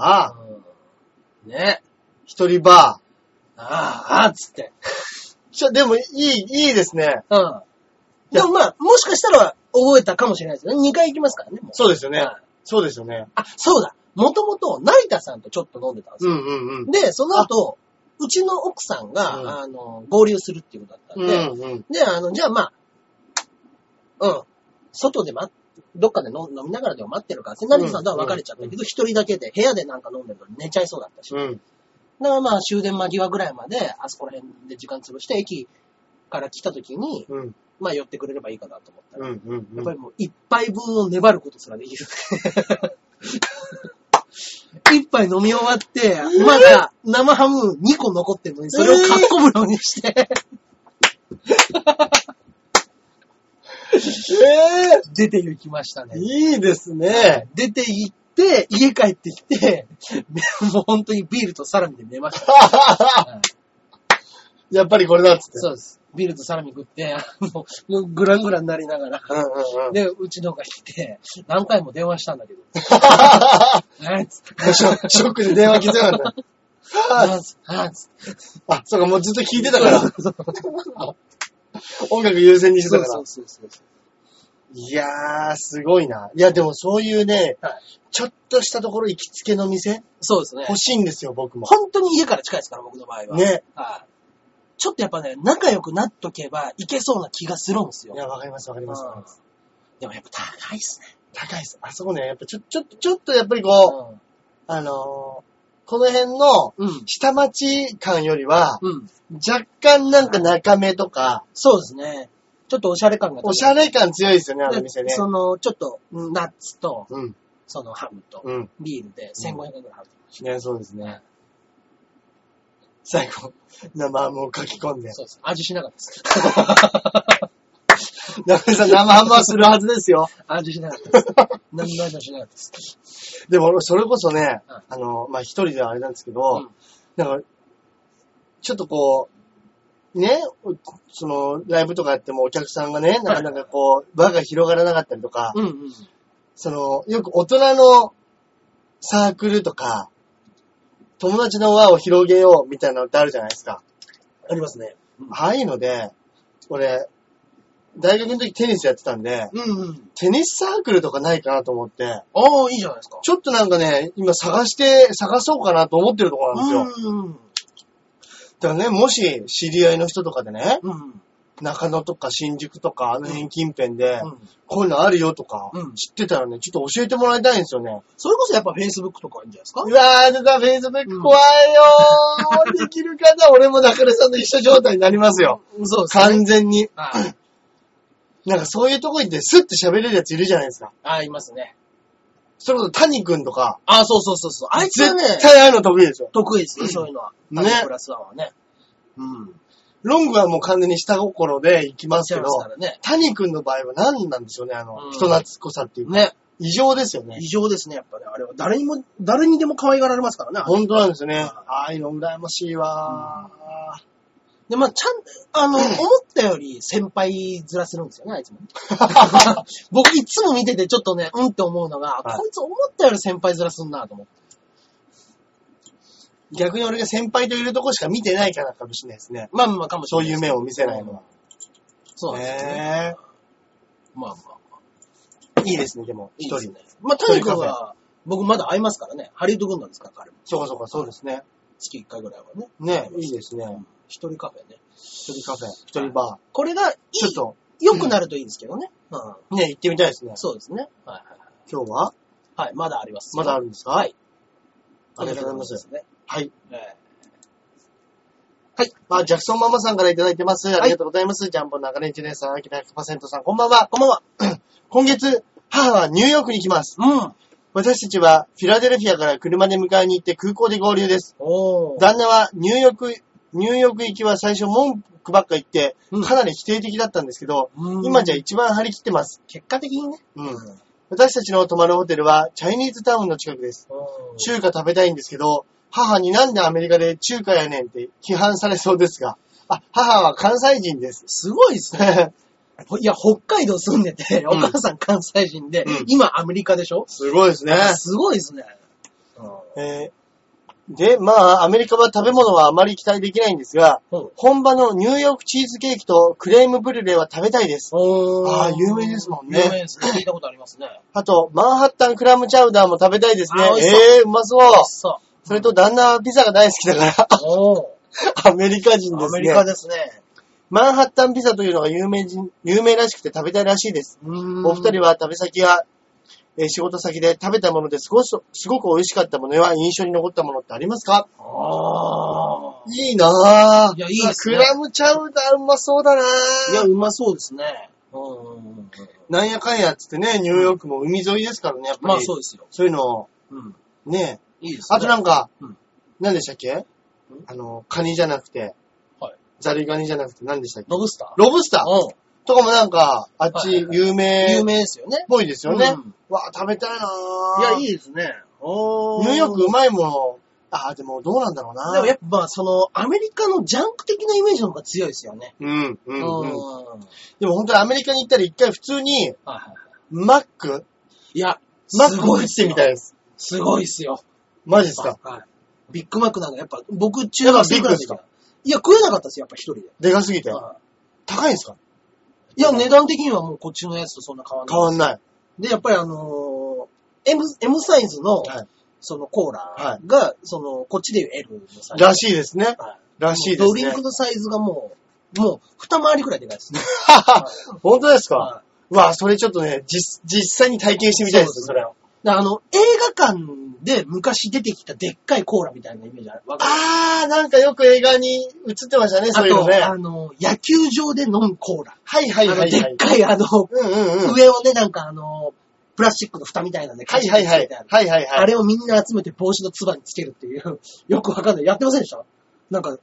ね。一人バー。つって。 でもいいですね。 うん。でもまあ、もしかしたら覚えたかもしれないですよね。2回行きますからね。 そうですよね。そうですよね。 あ、そうだ。もともと、成田さんとちょっと飲んでたんですよ。で、その後、うちの奥さんが、合流するっていうことだったんで、で、じゃあまあ、外でどっかで飲みながらでも待ってるから、成田さんとは別れちゃったけど、一人だけで部屋でなんか飲んでると寝ちゃいそうだったし。だからまあ終電間際ぐらいまで、あそこら辺で時間潰して、駅から来た時に、まあ寄ってくれればいいかなと思ったら、やっぱりもう一杯分を粘ることすらできる。一杯飲み終わって、まだ生ハム2個残ってるのに、それをかっこむようにして、出て行きましたね。 いいですね。 出て行って、家帰ってきて、もう本当にビールとサラミで寝ました。 やっぱりこれだっつって。 そうです。ビールとサラミ食って、もうグラングランになりながら、で、うちのが来て、何回も電話したんだけど。 ショックで電話来てたんだ。あ、そうか、もうずっと聞いてたから。音楽優先にしてたから。そう。いやー、すごいな。いや、でもそういうね、ちょっとしたところ行きつけの店そうですね。 欲しいんですよ、僕も。 本当に家から近いですから、僕の場合は。 ね。 ちょっとやっぱね、仲良くなっとけばいけそうな気がするんですよ。 いや、わかります。でもやっぱ高いっすね。 高いっす。あそこね、やっぱちょっとやっぱりこう、この辺の下町感よりは、若干なんか中目とか、 そうですね。ちょっとおしゃれ感が。 おしゃれ感強いですよね、あの店ね。 ちょっと、ナッツと、そのハムと、ビールで1500円ぐらい払ってました。 ね、そうですね。最後、生ハムを書き込んで。 そうです。味しなかったです。中根さん、生ハムはするはずですよ。 味しなかったです。何の味もしなかったです。 でも、それこそね、まあ、一人ではあれなんですけど、なんか、ちょっとこう、ね、その、ライブとかやってもお客さんがね、なかなかこう、輪が広がらなかったりとか、その、よく大人のサークルとか、友達の輪を広げようみたいなのってあるじゃないですか。 ありますね。 ああいうので、俺、大学の時テニスやってたんで、テニスサークルとかないかなと思って。ああ、いいじゃないですか。 ちょっとなんかね、今探そうかなと思ってるところなんですよ。だからね、もし知り合いの人とかでね、中野とか新宿とかあの辺近辺で、こういうのあるよとか、知ってたらね、ちょっと教えてもらいたいんですよね。 それこそやっぱ Facebook とかいいんじゃないですか？ うわー、だ Facebook 怖いよー。できるかな？俺も中根さんの一緒状態になりますよ。 そうですね。 完全に。なんかそういうとこ行ってスッて喋れるやついるじゃないですか。 いますね。 それこそ谷くんとか。 そう。あいつはね、 絶対ああいうの得意ですよ。 得意ですね、そういうのは。ね。プラスワンはね。 ロングはもう完全に下心で行きますけど、谷くんの場合は何なんでしょうね、人懐っこさっていうか。 ね。 異常ですよね。 異常ですね、やっぱね。あれは誰にでも可愛がられますからね。 本当なんですね。ああいうの羨ましいわ。 で、まあ、思ったより先輩ずらするんですよね、あいつも。僕いつも見ててちょっとね、って思うのが、こいつ思ったより先輩ずらすんなと思って。 逆に俺が先輩といるとこしか見てないからかもしれないですね。 まあかもしれない。 そういう面を見せないのは。 そうなんですね。まあ。 いいですね、でも、一人。 まあ、谷君は、僕まだ会いますからね。ハリウッド軍団ですから、彼も。 そうですね。 月1回ぐらいはね。 ね、いいですね。 一人カフェね。 一人カフェ、一人バー。 これが、ちょっと、良くなるといいんですけどね。 ね、行ってみたいですね。 そうですね。はい。 今日は？ はい、まだあります。 まだあるんですか？ はい。 ありがとうございます。 ね。 はい。はい。ジャクソンママさんからいただいてます。ありがとうございます。ジャンボ中根1年さん、アキラ 100% さん、こんばんは。 こんばんは。 今月、母はニューヨークに行きます。私たちはフィラデルフィアから車で迎えに行って空港で合流です。旦那はニューヨーク行きは最初文句ばっか言って、かなり否定的だったんですけど、今じゃ一番張り切ってます。 結果的にね。 私たちの泊まるホテルはチャイニーズタウンの近くです。中華食べたいんですけど、母になんでアメリカで中華やねんって批判されそうですが、母は関西人です。 すごいですね。いや、北海道住んでて、お母さん関西人で、今アメリカでしょ？ すごいですね。 すごいですね。 で、アメリカは食べ物はあまり期待できないんですが、本場のニューヨークチーズケーキとクレームブリュレは食べたいです。有名ですもんね。 有名ですね。聞いたことありますね。 あと、マンハッタンクラムチャウダーも食べたいですね。うまそう。それと、旦那はピザが大好きだから。アメリカ人ですね。 アメリカですね。 マンハッタンピザというのが有名らしくて食べたいらしいです。お二人は食べ先や仕事先で食べたものですごく美味しかったものや印象に残ったものってありますか？いいなぁ。 いや、いいですね。 クラムチャウダーうまそうだなぁ。 いや、うまそうですね。 なんやかんやっつってね、ニューヨークも海沿いですからね、やっぱり。 そうですよ。 そういうの、ね。 いいですね。 あとなんか、何でしたっけ？カニじゃなくて、ザリガニじゃなくて何でしたっけ？ ロブスターとかもなんか、あっち有名ですよね。 っぽいですよね。食べたいなぁ。 いや、いいですね。 ニューヨークうまいもの、でもどうなんだろうな。 でもやっぱアメリカのジャンク的なイメージの方が強いですよね。 でも本当にアメリカに行ったら一回普通に、マック？ いや、 マック食ってみたいです。 すごいっすよ。 マジっすか？ ビッグマックなんかやっぱ、僕中学生くらいですか？いや、食えなかったですよ、やっぱ一人で。 でかすぎて。高いんですか？ いや、値段的にはもうこっちのやつとそんな変わんない。 変わんない。 で、やっぱりM サイズの、コーラが、こっちでいう L のサイズ。 らしいですね。らしいですね。 ドリンクのサイズがもう二回りくらいでかいですね。 本当ですか？それちょっとね、実際に体験してみたいです、それを。 映画館で昔出てきたでっかいコーラみたいなイメージある。 なんかよく映画に映ってましたね、そういうのね。 野球場で飲むコーラ。でっかい上をね、なんかプラスチックの蓋みたいなね、あれをみんな集めて帽子のつばにつけるっていう、よくわかんない。やってませんでした？なんか、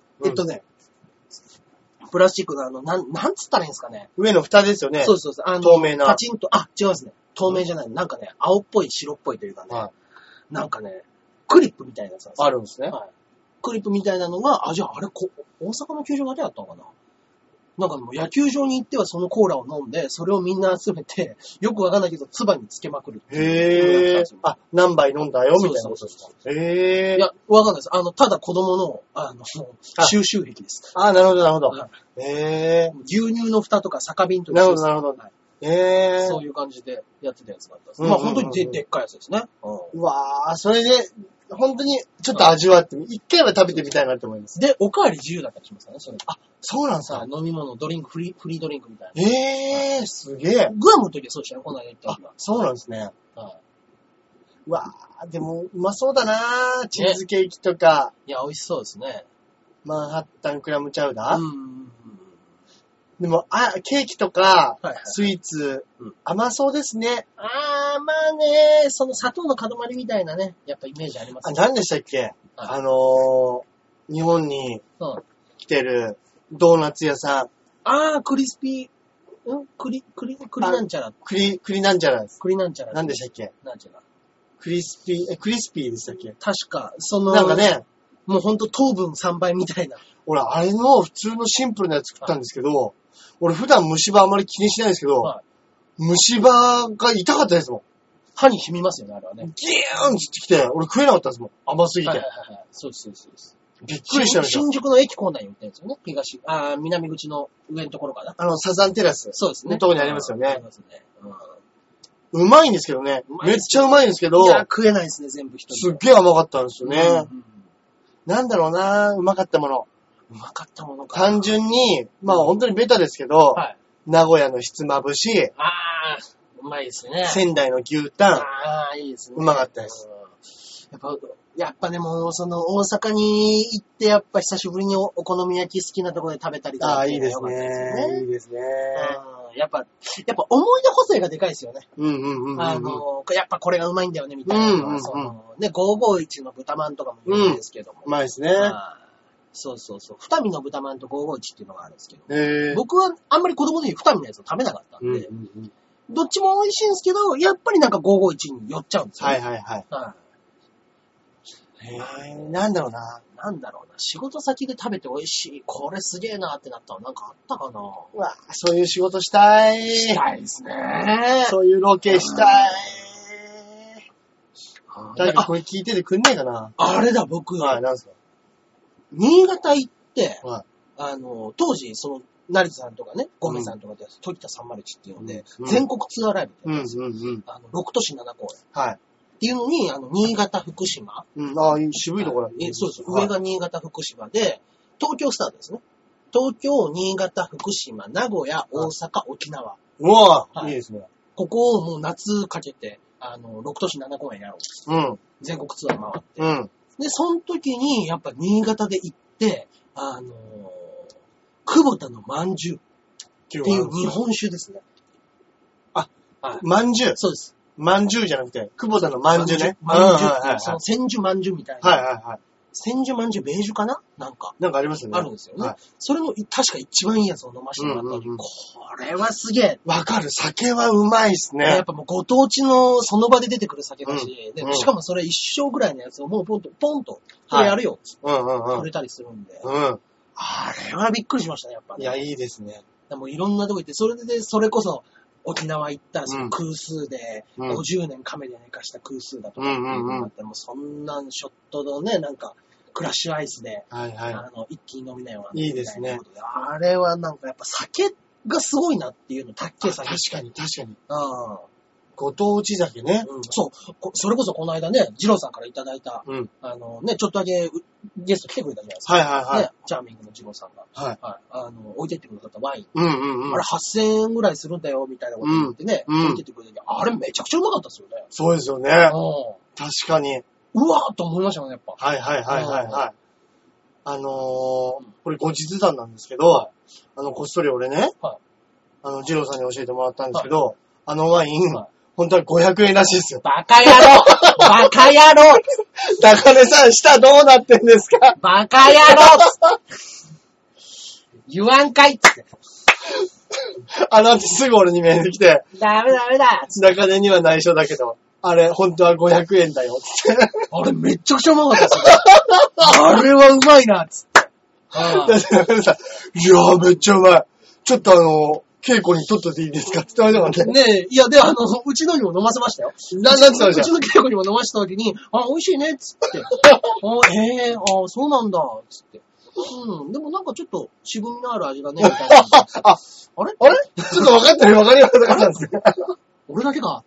プラスチックのなんつったらいいんですかね。 上の蓋ですよね。 そう。 透明な。 パチンと、違いますね。透明じゃない。なんかね、青っぽい、白っぽいというかね。なんかね、クリップみたいなやつなんですよ。 あるんですね。 クリップみたいなのが、じゃああれ、大阪の球場だけだったのかな。なんかもう野球場に行ってはそのコーラを飲んで、それをみんな集めて、よくわかんないけど、唾につけまくるっていう。 何杯飲んだよ、みたいなことですか。 いや、わかんないです。ただ子供の、収集癖です。 なるほど。 牛乳の蓋とか酒瓶とか。 なるほど。 そういう感じでやってたやつがあったんです。本当にでっかいやつですね。 それで、本当にちょっと味わって、一回は食べてみたいなと思います。 で、おかわり自由だったりしますからね、それ。 そうなんですか？ 飲み物、ドリンク、フリードリンクみたいな。 すげえ。 グアムの時はそうでしたよ、この間行った時は。 そうなんですね。でも、うまそうだなチーズケーキとか。 いや、美味しそうですね。 マンハッタンクラムチャウダー？でも、ケーキとか、スイーツ、甘そうですね。 その砂糖の塊みたいなね、やっぱイメージありますね。 何でしたっけ？日本に来てるドーナツ屋さん。 クリスピー。 栗なんちゃら。 栗なんちゃらです。 栗なんちゃら。 何でしたっけ？ なんちゃら。 クリスピーでしたっけ？ 確か、 なんかね、 もうほんと糖分3倍みたいな。 俺、あれの普通のシンプルなやつ食ったんですけど、俺普段虫歯あんまり気にしないんですけど、虫歯が痛かったですもん。 歯に染みますよね、あれはね。 ギーンってきて、俺食えなかったですもん。甘すぎて。 そうです。 びっくりしたんですよ。 新宿の駅構内に売ってるんですよね。南口の上のところかな。 サザンテラス。 そうですね。 のところにありますよね。 ありますね。 うまいんですけどね。めっちゃうまいんですけど。 いや、食えないですね、全部一人。 すっげえ甘かったんですよね。なんだろうな、うまかったもの。 うまかったものか。 単純に、まあ本当にベタですけど、名古屋のひつまぶし。 うまいですね。 仙台の牛タン。 いいですね。 うまかったです。 やっぱでも、大阪に行って、やっぱ久しぶりにお好み焼き好きなところで食べたりとか。 いいですね。いいですね。 やっぱ思い出補正がでかいですよね。やっぱこれがうまいんだよね、みたいな。551の豚まんとかも有名ですけども。 うまいですね。 そう。二見の豚まんと551っていうのがあるんですけど。僕はあんまり子供の時二見のやつを食べなかったんで、どっちも美味しいんですけど、やっぱりなんか551に寄っちゃうんですよね。 なんだろうな。 仕事先で食べて美味しい。これすげえなってなったのなんかあったかな。 うわ、そういう仕事したい。 したいですね。 そういうロケしたい。誰かこれ聞いててくんねえかな。 あれだ、僕。 なんですか。 新潟行って、当時、成田さんとかね、ゴメさんとかで、トキタ301っていうので、全国ツアーライブってやったんですよ。6都市7公演。っていうのに、新潟、福島。 渋いところだね。 そうです。上が新潟、福島で、東京スタートですね。東京、新潟、福島、名古屋、大阪、沖縄。 うわいいですね。 ここをもう夏かけて、6都市7公演やろう。全国ツアー回って。で、その時に、やっぱ新潟で行って、久保田のまんじゅうっていう日本酒ですね。 まんじゅうそうです。 まんじゅうじゃなくて、久保田のまんじゅうね。 まんじゅうっていう、千住まんじゅうみたいな。 千住まんじゅうベージュかななんかありますよね。 あるんですよね。それの、確か一番いいやつを飲ませてもらった時、これはすげえ。 わかる。酒はうまいっすね。 やっぱもうご当地のその場で出てくる酒だし、しかもそれ一升ぐらいのやつをもうポンと、これやるよっつって、くれたりするんで。あれはびっくりしましたね、やっぱね。 いや、いいですね。 でもいろんなとこ行って、それこそ、沖縄行ったらその空数で、50年亀で寝かした空数だとかっていうのがあったら、もうそんなんショットのね、なんか、クラッシュアイスで、一気に飲みなよ。 いいですね。 あれはなんかやっぱ酒がすごいなっていうの、たっけえ酒。 確かに。ご当地酒ね。 そう。それこそこの間ね、ジローさんからいただいた、ちょっとだけゲスト来てくれたじゃないですか。ね、チャーミングのジローさんが。置いてってくれたワイン。あれ8000円ぐらいするんだよ、みたいなこと言ってね、置いてってくれたけど、あれめちゃくちゃうまかったですよね。 そうですよね。確かに。 うわーっと思いましたね、やっぱ。 これ後日談なんですけど、こっそり俺ね、ジローさんに教えてもらったんですけど、ワイン、本当は500円らしいですよ。 バカ野郎バカ野郎高根さん、舌どうなってんですか？ バカ野郎言わんかいっつって。 すぐ俺にメール来て。 ダメだ高根には内緒だけど、あれ、本当は500円だよ、つって。 あれ、めっちゃくちゃうまかったですよ。あれはうまいな、つって。 高根さん、いやー、めっちゃうまい。ちょっと稽古に取っといていいですかって言ってましたもんね。 ねえ、いや、で、うちのにも飲ませましたよ。 なんつったんですか？ うちの稽古にも飲ませた時に、美味しいね、つって。そうなんだ、つって。でもなんかちょっと渋みのある味がね、みたいな。あれちょっと分かってる、分かりましたんですよ。 俺だけか。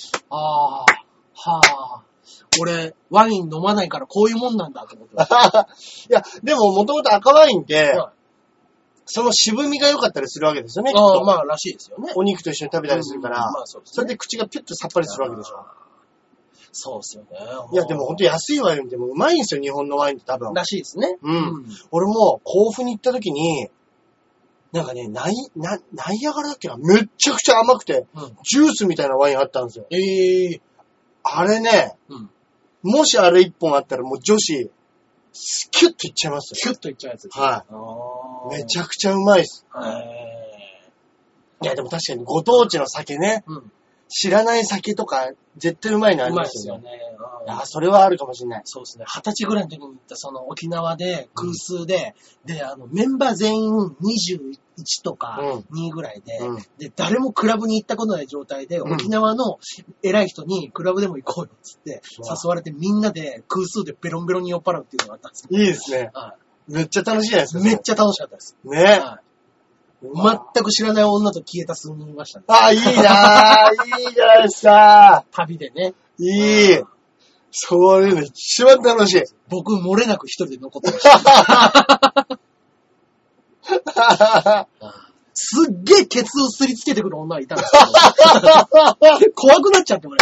俺、ワイン飲まないからこういうもんなんだと思ってました。 いや、でももともと赤ワインって、その渋みが良かったりするわけですよね。 まあ、らしいですよね。 お肉と一緒に食べたりするから、それで口がピュッとさっぱりするわけでしょ。 そうですよね。 いや、でもほんと安いワインでもうまいんですよ、日本のワインって多分。 らしいですね。 俺も甲府に行った時に、なんかね、ナイアガラだっけな、めっちゃくちゃ甘くて、ジュースみたいなワインあったんですよ。あれね、もしあれ一本あったらもう女子、キュッといっちゃいますよ。 キュッといっちゃうやつです。 めちゃくちゃうまいっす。 いや、でも確かにご当地の酒ね。うん。知らない酒とか、絶対うまいのありますよね。うまいですよね。いや、それはあるかもしれない。 そうですね。20歳ぐらいの時に行ったその沖縄で空数で、で、メンバー全員21とか2ぐらいで、で、誰もクラブに行ったことない状態で、沖縄の偉い人にクラブでも行こうよっつって誘われてみんなで空数でベロンベロンに酔っ払うっていうのがあったんですよ。 いいですね。めっちゃ楽しいじゃないですか。 めっちゃ楽しかったです。 ね。 全く知らない女と消えた数人いましたね。 ああ、いいなぁ。いいじゃないですか。 旅でね。 いい。そういうの一番楽しい。 僕、漏れなく一人で残ってました。すっげえケツをすりつけてくる女がいたんですけど。怖くなっちゃって、俺。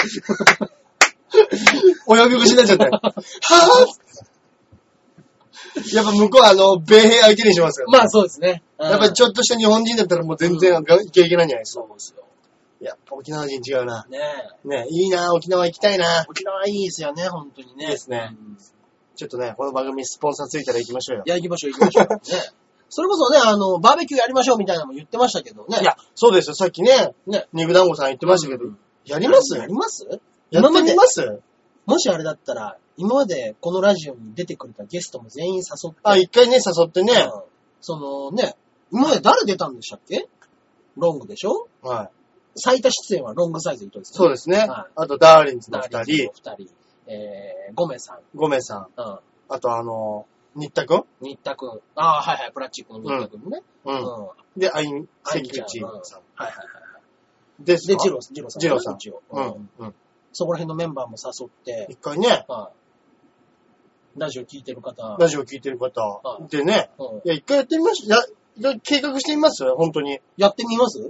泳ぎ腰になっちゃって。はぁやっぱ向こうは米兵相手にしますよ、 ね。まあそうですね。 やっぱりちょっとした日本人だったらもう全然いけいけないんじゃないですか。そうですよ。やっぱ沖縄人違うな。ねえ。ねえ、いいな沖縄行きたいな。 沖縄いいですよね、本当にね。 いいですね。ちょっとね、この番組スポンサーついたら行きましょうよ。 いや、行きましょう。ね。それこそね、バーベキューやりましょうみたいなのも言ってましたけどね。 いや、そうですよ。さっきね、肉団子さん言ってましたけど、やりますやりますやってみますもしあれだったら、今までこのラジオに出てくれたゲストも全員誘って。 あ、一回ね、誘ってね。 そのね、今まで誰出たんでしたっけ？ロングでしょ？ はい。 最多出演はロングサイズ伊藤ですね。 そうですね。はい、あと、ダーリンズの二人。 ゴメさん。 ゴメさん。うん。あと、新田くん？ 新田くん。ああ、はいはい、プラスチックの新田くんね。 うん。で、関口さん。はいはいはい。 で、ジローさん。 ジローさん。 うん。そこら辺のメンバーも誘って。 一回ね。 ラジオ聞いてる方。 でね。いや、一回やってみましょう。計画してみます本当に。 やってみます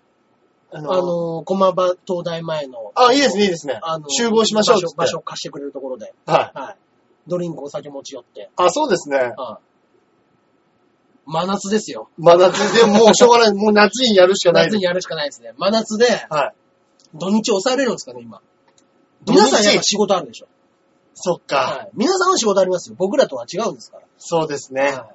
駒場東大前の。 あ、いいですね、いいですね。集合しましょう。 場所貸してくれるところで。 はい。はい。 ドリンクお酒持ち寄って。 あ、そうですね。 真夏ですよ。 真夏でもうしょうがない。もう夏にやるしかない。 夏にやるしかないですね。真夏で。はい。土日抑えれるんですかね、今。皆さんやっぱ仕事あるでしょ。 そっか。 はい。皆さんは仕事ありますよ。僕らとは違うんですから。 そうですね。はい、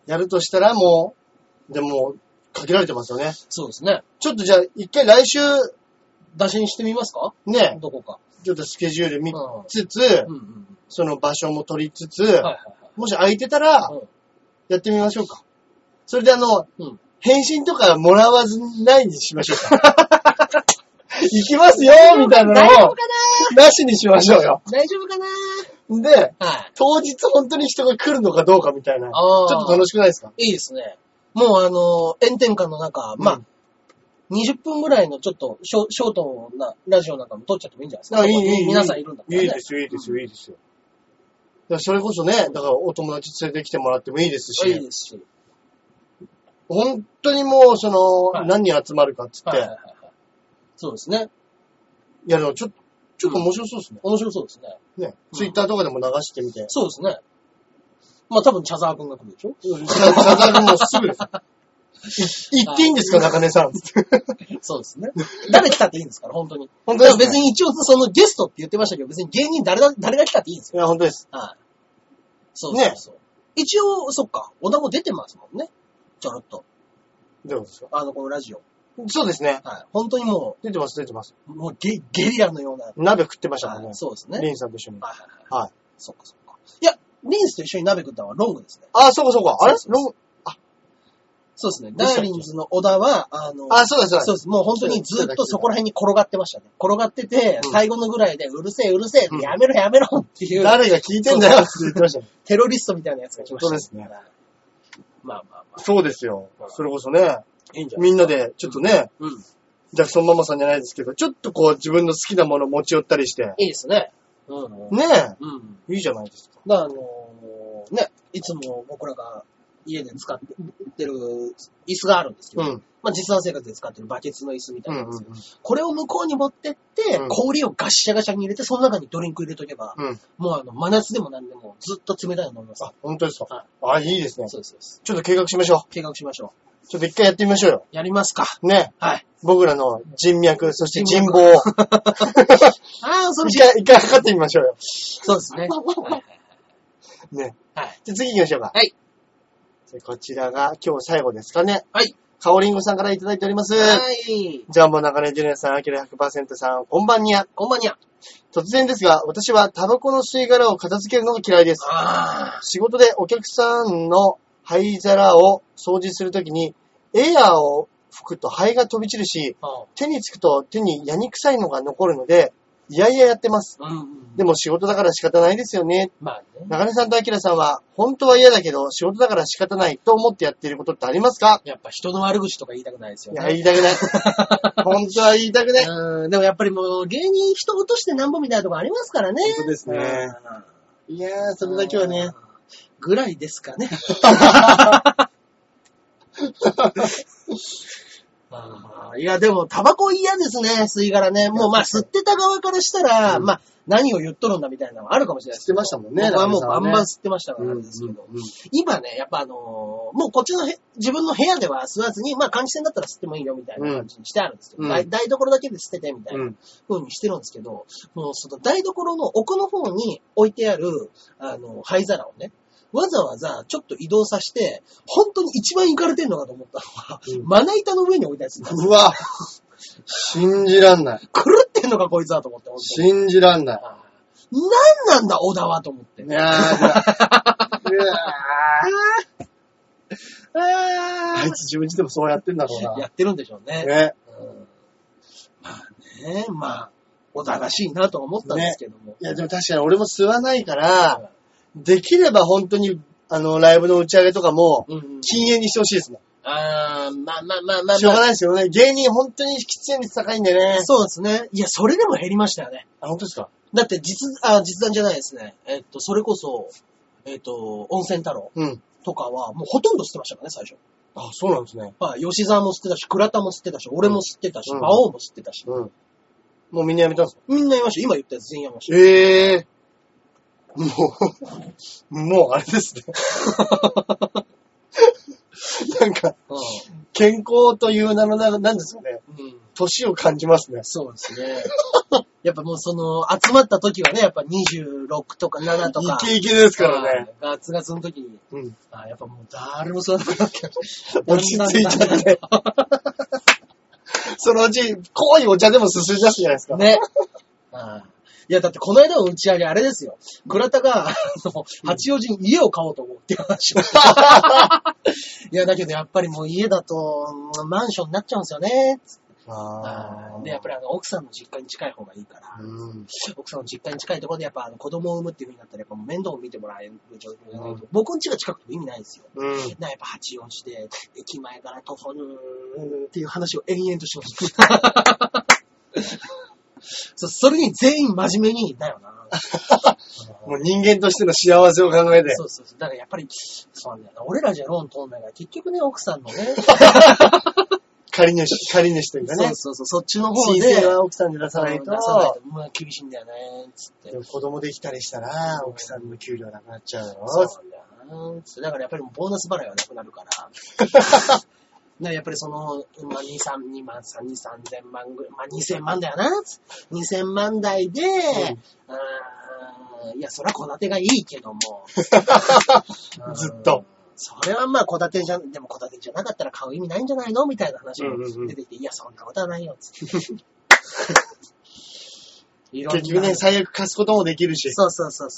やるとしたらもう、でも、限られてますよね。 そうですね。 ちょっとじゃあ、一回来週、 打診してみますかね。 どこか。 ちょっとスケジュール見つつ、その場所も取りつつ、もし空いてたら、やってみましょうか。それで返信とかもらわずないにしましょうか。行きますよみたいなのを、なしにしましょうよ。 大丈夫かなで、当日本当に人が来るのかどうかみたいな。ちょっと楽しくないですか？ いいですね。もう炎天下の中、まあ、20分ぐらいのちょっとショートなラジオなんかも撮っちゃってもいいんじゃないですか？皆さんいるんだからね。 いいですよ、いいですよ、いいですよ。それこそね、だからお友達連れてきてもらってもいいですし。 いいですし。 本当にもう、何人集まるかっつって。 そうですね。 いや、でもちょっと面白そうですね。 面白そうですね。 ね。ツイッターとかでも流してみて。 そうですね。まあ多分、茶沢くんが来るでしょ？ 茶沢くんもすぐです。言っていいんですか、中根さん。 そうですね。誰来たっていいんですから、本当に。本当です、ね。別に一応そのゲストって言ってましたけど、別に芸人誰が来たっていいんですよ。 いや、本当です。 はい。そうそうそう。ね、一応、そっか、小田も出てますもんね。ちょろっと。 どうですか？ このラジオ。 そうですね。 はい。本当にもう。出てます。 もうゲリラのような。 鍋食ってましたもんね。 そうですね。 リンさんと一緒に。 はい。そっか。いや、リンスと一緒に鍋食ったのはロングですね。 あ、そうか。あれロング、 そうですね。ダーリンズの小田は、 そうです。 そうです。もう本当にずっとそこら辺に転がってましたね。転がってて、最後のぐらいで、うるせえ、やめろっていう。 誰が聞いてんだよって言ってましたね。 テロリストみたいなやつが来ました。 そうですね。 まあ。 そうですよ。それこそね、みんなで、ちょっとね、ジャクソンママさんじゃないですけど、ちょっとこう自分の好きなもの持ち寄ったりして。 いいですね。 ねえ。いいじゃないですか。 ね、いつも僕らが家で使ってる椅子があるんですけど、まあ実際生活で使ってるバケツの椅子みたいなんですけど、これを向こうに持ってって、氷をガッシャガシャに入れて、その中にドリンク入れとけば、もう真夏でも何でもずっと冷たいの飲みます。 あ、本当ですか？あ、いいですね。 そうです。 ちょっと計画しましょう。ちょっと一回やってみましょうよ。 やりますか。 ね。 はい。 僕らの人脈、そして人望を。一回測ってみましょうよ。 そうですね。 ね。はい。じゃあ次行きましょうか。 はい。 こちらが今日最後ですかね。 はい。 かおりんごさんからいただいております。 はい。 ジャンボ中根ジュニアさん、アキラ 100% さん、こんばんにゃ。 こんばんにゃ。 突然ですが、私はタバコの吸い殻を片付けるのが嫌いです。仕事でお客さんの灰皿を掃除するときに、エアーを吹くと灰が飛び散るし、手につくと手にヤニ臭いのが残るので、いやいややってます。でも仕事だから仕方ないですよね。まあね。中根さんとアキラさんは、本当は嫌だけど、仕事だから仕方ないと思ってやっていることってありますか？ やっぱ人の悪口とか言いたくないですよね。 いや、言いたくない。本当は言いたくない。 でもやっぱりもう、芸人人落としてなんぼみたいなとこありますからね。 本当ですね。いやー、それだけはね。 ぐらいですかね。いや、でも、タバコ嫌ですね、吸い殻ね。もう、まあ、吸ってた側からしたら、まあ、何を言っとるんだみたいなのはあるかもしれないです。 吸ってましたもんね。 僕はもうバンバン吸ってましたからですけど。今ね、やっぱもうこっちの自分の部屋では吸わずに、まあ、換気扇だったら吸ってもいいよみたいな感じにしてあるんですけど、台所だけで捨ててみたいな風にしてるんですけど、もうその台所の奥の方に置いてある、灰皿をね、わざわざちょっと移動させて、本当に一番行かれてんのかと思ったのは、まな板の上に置いたやつ。 うわ信じらんない。 狂ってんのかこいつはと思って。 信じらんない。 なんなんだ小田はと思って。いやあいつ自分自でもそうやってんだろうな。 やってるんでしょうね。ね。まあね、まあ、小田らしいなと思ったんですけども。 いやでも確かに俺も吸わないから、できれば本当に、ライブの打ち上げとかも、禁煙にしてほしいですね。 まあ。 しょうがないですよね。芸人本当に喫煙率高いんでね。 そうですね。いや、それでも減りましたよね。 あ、本当ですか？ だって実弾じゃないですね。それこそ、温泉太郎とかは、もうほとんど吸ってましたからね、最初。 あ、そうなんですね。 はい。吉沢も吸ってたし、倉田も吸ってたし、俺も吸ってたし、馬王も吸ってたし。 もうみんなやめたんですか？ みんなやめました。今言ったやつ全員やめました。 もうあれですね。なんか、健康という名のなんですかね。年を感じますね。 そうですね。やっぱもう集まった時はね、やっぱ26とか7とか。 イケイケですからね。 ガツガツの時に。やっぱもう誰もそうなくなって。 落ち着いちゃって。そのうち、濃いお茶でも進んじゃうじゃないですか。 ね。いや、だってこの間の打ち上げあれですよ。倉田が、八王子に家を買おうと思うっていう話をして。いや、だけどやっぱりもう家だと、マンションになっちゃうんですよね。で、やっぱり奥さんの実家に近い方がいいから、奥さんの実家に近いところでやっぱ子供を産むっていう風になったらやっぱもう面倒を見てもらえる状況じゃないと、僕ん家が近くても意味ないんですよ。やっぱ八王子で、駅前から徒歩っていう話を延々としました。それに全員真面目に、だよな。 もう人間としての幸せを考えて。 そう。だからやっぱり、そうなんだよな。俺らじゃローン通んないから、結局ね、奥さんのね。 借り主というかね。 そう、そっちの方で。 申請は奥さんで出さないと。 まあ厳しいんだよね、つって。 でも子供できたりしたら、奥さんの給料なくなっちゃうよ。そうなんだよな。だからやっぱりボーナス払いはなくなるから。やっぱりまあ、2、3000万ぐらい、まあ、2000万だよな。2000万台で、いや、そりゃ戸建てがいいけども。 ずっと。 それはまあ、でも戸建てじゃなかったら買う意味ないんじゃないのみたいな話が出てきて、いや、そんなことはないよ、つって。 結局ね、最悪貸すこともできるし。 そう。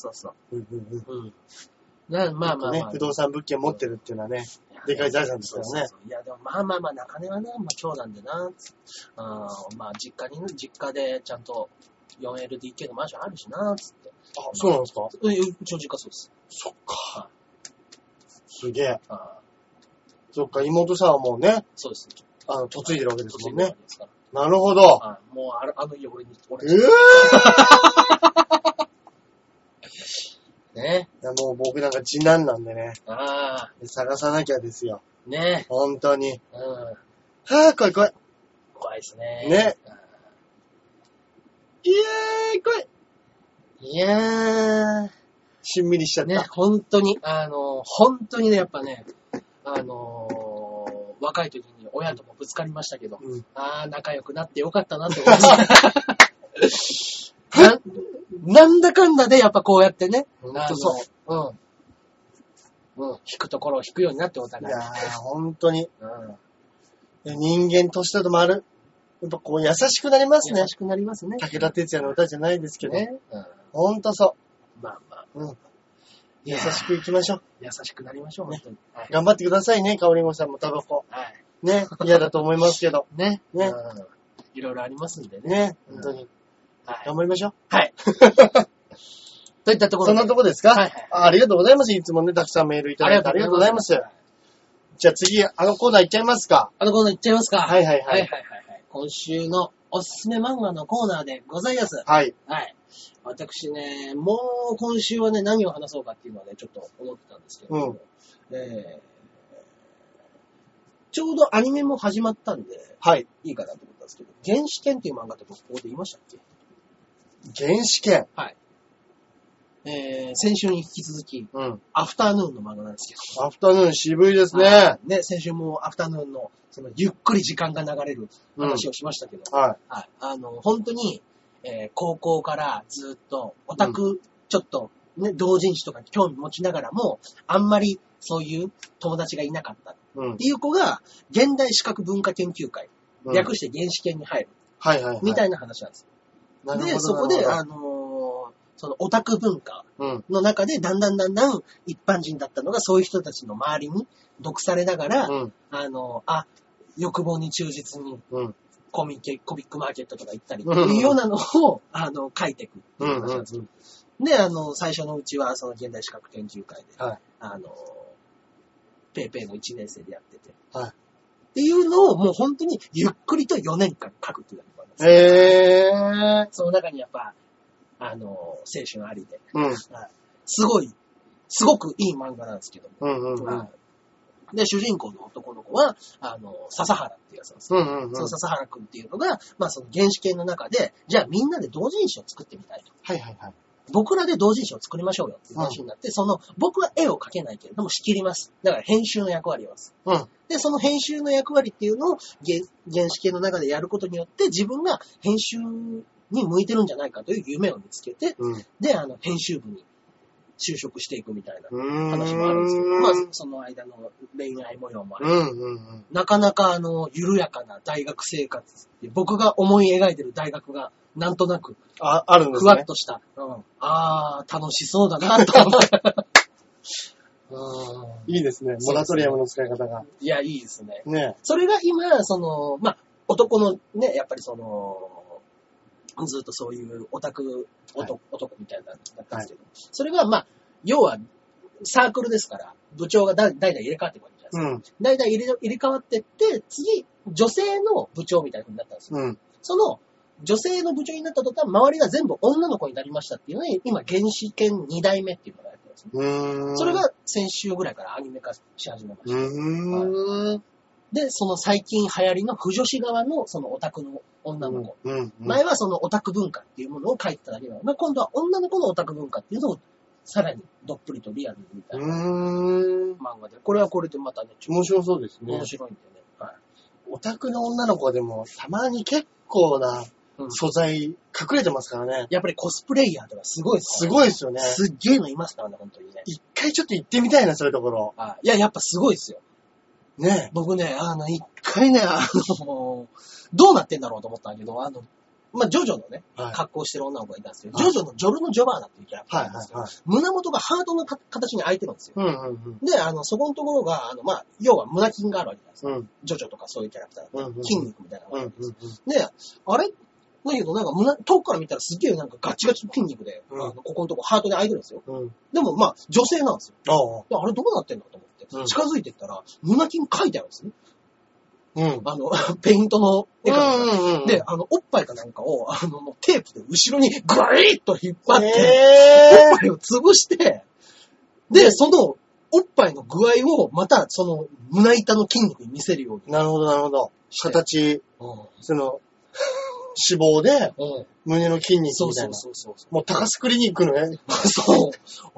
まあ、不動産物件持ってるっていうのはね、でかい財産ですからね。 いや、でもまあ、中根はね、まあ、長男でな、まあ、実家でちゃんと 4LDK のマンションあるしな、つって。 あ、そうなんですか？ うちの実家そうです。 そっか。すげえ。そっか、妹さんはもうね、 そうです。 嫁いでるわけですもんね。なるほど。 もう家俺に。ね。 もう僕なんか次男なんでね。探さなきゃですよ。 ね。 本当に。怖い。 怖いですね。 ね。怖い。 いやー。 しんみりしちゃった。 ね、本当にね、やっぱね、若い時に親ともぶつかりましたけど、仲良くなってよかったなって思いました。なんだかんだでやっぱこうやってね、引くところを引くようになってお互い。 いやー、本当に。 人間年取るともある。やっぱこう優しくなりますね。 優しくなりますね。 武田鉄矢の歌じゃないですけど。 ね。 ほんとそう。 まあまあ。 優しくいきましょう。 優しくなりましょう、ね。 頑張ってくださいね、かおりんごさんもタバコ。ね。嫌だと思いますけど。 ね。いろいろありますんでね。 ね。本当に。頑張りましょう。 はい。といったところそんなとこですか？ありがとうございます。いつもね、たくさんメールいただいてありがとうございます。じゃあ次、コーナー行っちゃいますか。 コーナー行っちゃいますか。 はい。 今週のおすすめ漫画のコーナーでございます。 はい。 私ね、もう今週はね、何を話そうかっていうのはね、ちょっと思ってたんですけど、ちょうどアニメも始まったんで、いいかなと思ったんですけど、原始圏っていう漫画ってここで言いましたっけ？ 原始圏。 はい。先週に引き続き、アフタヌーンの漫画なんですけど。 アフタヌーン渋いですね。 ね、先週もアフタヌーンの、そのゆっくり時間が流れる話をしましたけど、本当に、高校からずっとオタク、ちょっと、ね、同人誌とかに興味持ちながらも、あんまりそういう友達がいなかったっていう子が、現代視覚文化研究会、略して原始研に入る。みたいな話なんですよ。で、そこで、そのオタク文化の中でだんだん一般人だったのがそういう人たちの周りに毒されながら、欲望に忠実にコミックマーケットとか行ったりっていうようなのを書いていくっていう話なんですよ。で、最初のうちはその現代視覚研究会で、ペーペーの1年生でやってて、っていうのをもう本当にゆっくりと4年間書くっていうのがあります。その中にやっぱ青春ありで、すごくいい漫画なんですけども、で、主人公の男の子は、笹原っていうやつなんですよ。その笹原くんっていうのが、その原始圏の中で、じゃあみんなで同人誌を作ってみたいと。僕らで同人誌を作りましょうよっていう話になって、僕は絵を描けないけれども仕切ります。だから編集の役割をます。で、その編集の役割っていうのを原始圏の中でやることによって、自分が編集に向いてるんじゃないかという夢を見つけて、で、編集部に就職していくみたいな話もあるんですけど、その間の恋愛模様もある。なかなか緩やかな大学生活って僕が思い描いてる大学がなんとなくあるんですね。 ふわっとした。楽しそうだなと思って。 いいですね。モラトリアムの使い方が。 いや、いいですね。それが今、男のね、やっぱりずっとそういうオタク、男みたいなだったんですけど、それが要はサークルですから、部長が代々入れ替わっていくわけじゃないですか。代々入れ替わってって、次、女性の部長みたいな風になったんですよ。その、女性の部長になった途端、周りが全部女の子になりましたっていうのに、今、原始圏2代目っていうのがやってますね。それが先週ぐらいからアニメ化し始めました。で、その最近流行りの不女子側のそのオタクの女の子。前はそのオタク文化っていうものを書いてただけなので、今度は女の子のオタク文化っていうのをさらにどっぷりとリアルにみたいな漫画で。これはこれでまたね、 面白そうですね。 面白いんでね。 オタクの女の子はでも、たまに結構な素材隠れてますからね。 やっぱりコスプレイヤーとかすごいですね。すごいですよね。 すっげえのいますからね、本当にね。 一回ちょっと行ってみたいな、そういうところ。 いや、やっぱすごいですよ。ね、僕ね、一回ね、どうなってんだろうと思ったんだけど、ジョジョのね、格好してる女の子がいたんですけど、ジョジョのジョルノ・ジョバーナっていうキャラクターなんですけど、胸元がハートの形に開いてるんですよ。で、そこのところが、要は胸筋があるわけじゃないですか。ジョジョとかそういうキャラクター、筋肉みたいなのがあるんですよ。で、あれだけど遠くから見たらすっげえガチガチの筋肉で、ここのとこハートに開いてるんですよ。でも女性なんですよ。あれどうなってんだと思って、近づいていったら、胸筋書いてあるんですね。ペイントの絵が。で、おっぱいかなんかを、テープで後ろにグイーッと引っ張って、おっぱいを潰して、で、その、おっぱいの具合を、また、その、胸板の筋肉に見せるように。 なるほど、なるほど。形、脂肪で、胸の筋肉みたいな。そう。もう高須クリニックのね。 そう。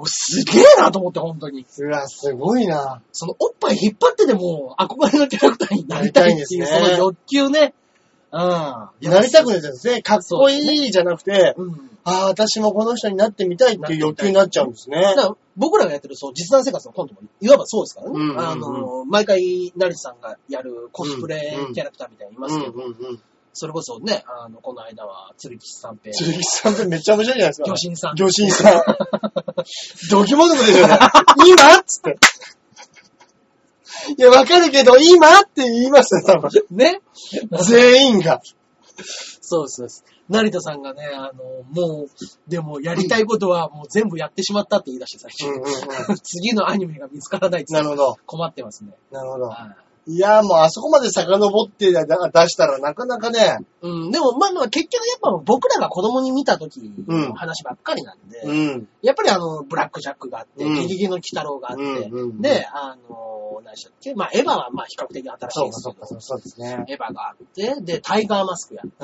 すげえなと思って、本当に。 うわ、すごいな。 その、おっぱい引っ張ってでも、憧れのキャラクターになりたいっていう、その欲求ね。 なりたくないですね。かっこいいじゃなくて、 私もこの人になってみたいっていう欲求になっちゃうんですね。だから僕らがやってる実弾生活のコントもいわばそうですからね。毎回、成田さんがやるコスプレキャラクターみたいにいますけど、それこそね、この間は、鶴吉三平。 鶴吉三平めっちゃ面白いじゃないですか。 魚神さん。 魚神さん。ドキュモノクでしょね。今っつって。いや、わかるけど、今って言いました、多分。 ね。 全員が。 そうです。成田さんがね、もう、でもやりたいことはもう全部やってしまったって言い出して最近。次のアニメが見つからないって。 なるほど。 困ってますね。 なるほど。いや、もうあそこまで遡って出したらなかなかね。 でもまあ結局やっぱ僕らが子供に見た時の話ばっかりなんで、やっぱりブラックジャックがあって、ゲゲゲの鬼太郎があって、で、何でしたっけ、まあエヴァはまあ比較的新しいですけど、 そうですね。 エヴァがあって、で、タイガーマスクやって、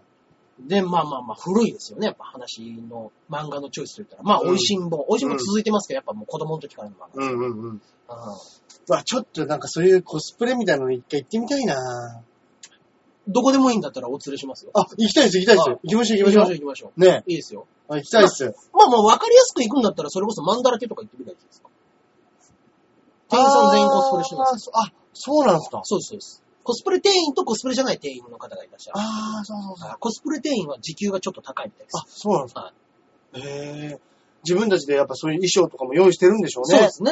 で、まあ古いですよね、やっぱ話の漫画のチョイスといったら。まあ、美味しんぼ続いてますけど、やっぱもう子供の時からの漫画。 ちょっとなんかそういうコスプレみたいなの一回行ってみたいな。 どこでもいいんだったらお連れしますよ。 行きたいです。行きましょう。ね。 いいですよ。 行きたいです。 まあわかりやすく行くんだったら、それこそマンダラケとか行ってみたいですか。店員さん全員コスプレしてます。 そうなんですか。 そうです。コスプレ店員とコスプレじゃない店員の方がいらっしゃる。 そう。 コスプレ店員は時給がちょっと高いみたいです。 そうなんですか。自分たちでやっぱそういう衣装とかも用意してるんでしょうね。 そうですね。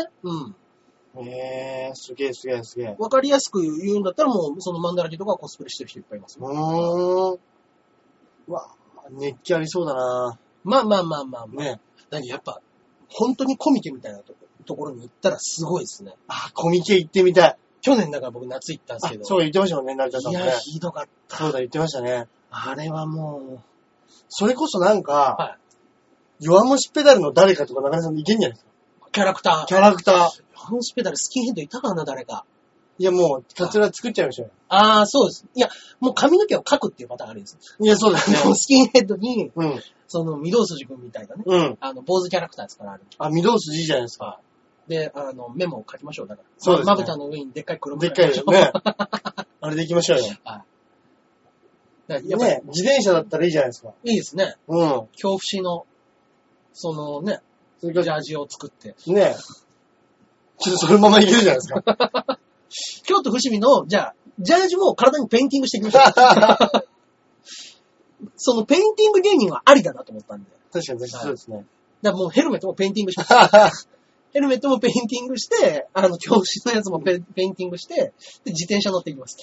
すげえ。 わかりやすく言うんだったらもう、そのマンダラケとかコスプレしてる人いっぱいいますよ。 熱気ありそうだな。 まあ。ね。やっぱ、本当にコミケみたいなところに行ったらすごいですね。 コミケ行ってみたい。 去年だから僕夏行ったんですけど。 そう言ってましたもんね、成田さんもね。 いや、ひどかった。 そうだ、言ってましたね。 あれはもう。 それこそなんか、弱虫ペダルの誰かとか中根さんいけんじゃないですか。 キャラクター。 弱虫ペダルスキンヘッドいたかな、誰か。 いや、もう、カツラ作っちゃいましょうよ。 そうです。いや、もう髪の毛を描くっていうパターンあるんですよ。 いや、そうですね。 スキンヘッドに、その、御堂筋くんみたいなね。坊主キャラクターですからある。 御堂筋いいじゃないですか。 で、メモを書きましょう。だから。 そうですね。 まぶたの上にでっかい黒でっかいね。あれで行きましょうよ。ね、自転車だったらいいじゃないですか。 いいですね。恐怖死の、そのね、ジャージを作って。 ね。ちょっとそのままいけるじゃないですか。 京都伏見の、じゃあ、ジャージも体にペインティングしていきましょう。そのペインティング芸人はありだなと思ったんで。 確かにそうですね。 だからもうヘルメットもペインティングしました。ヘルメットもペインティングして、恐怖死のやつもペインティングして、で、自転車乗っていきます。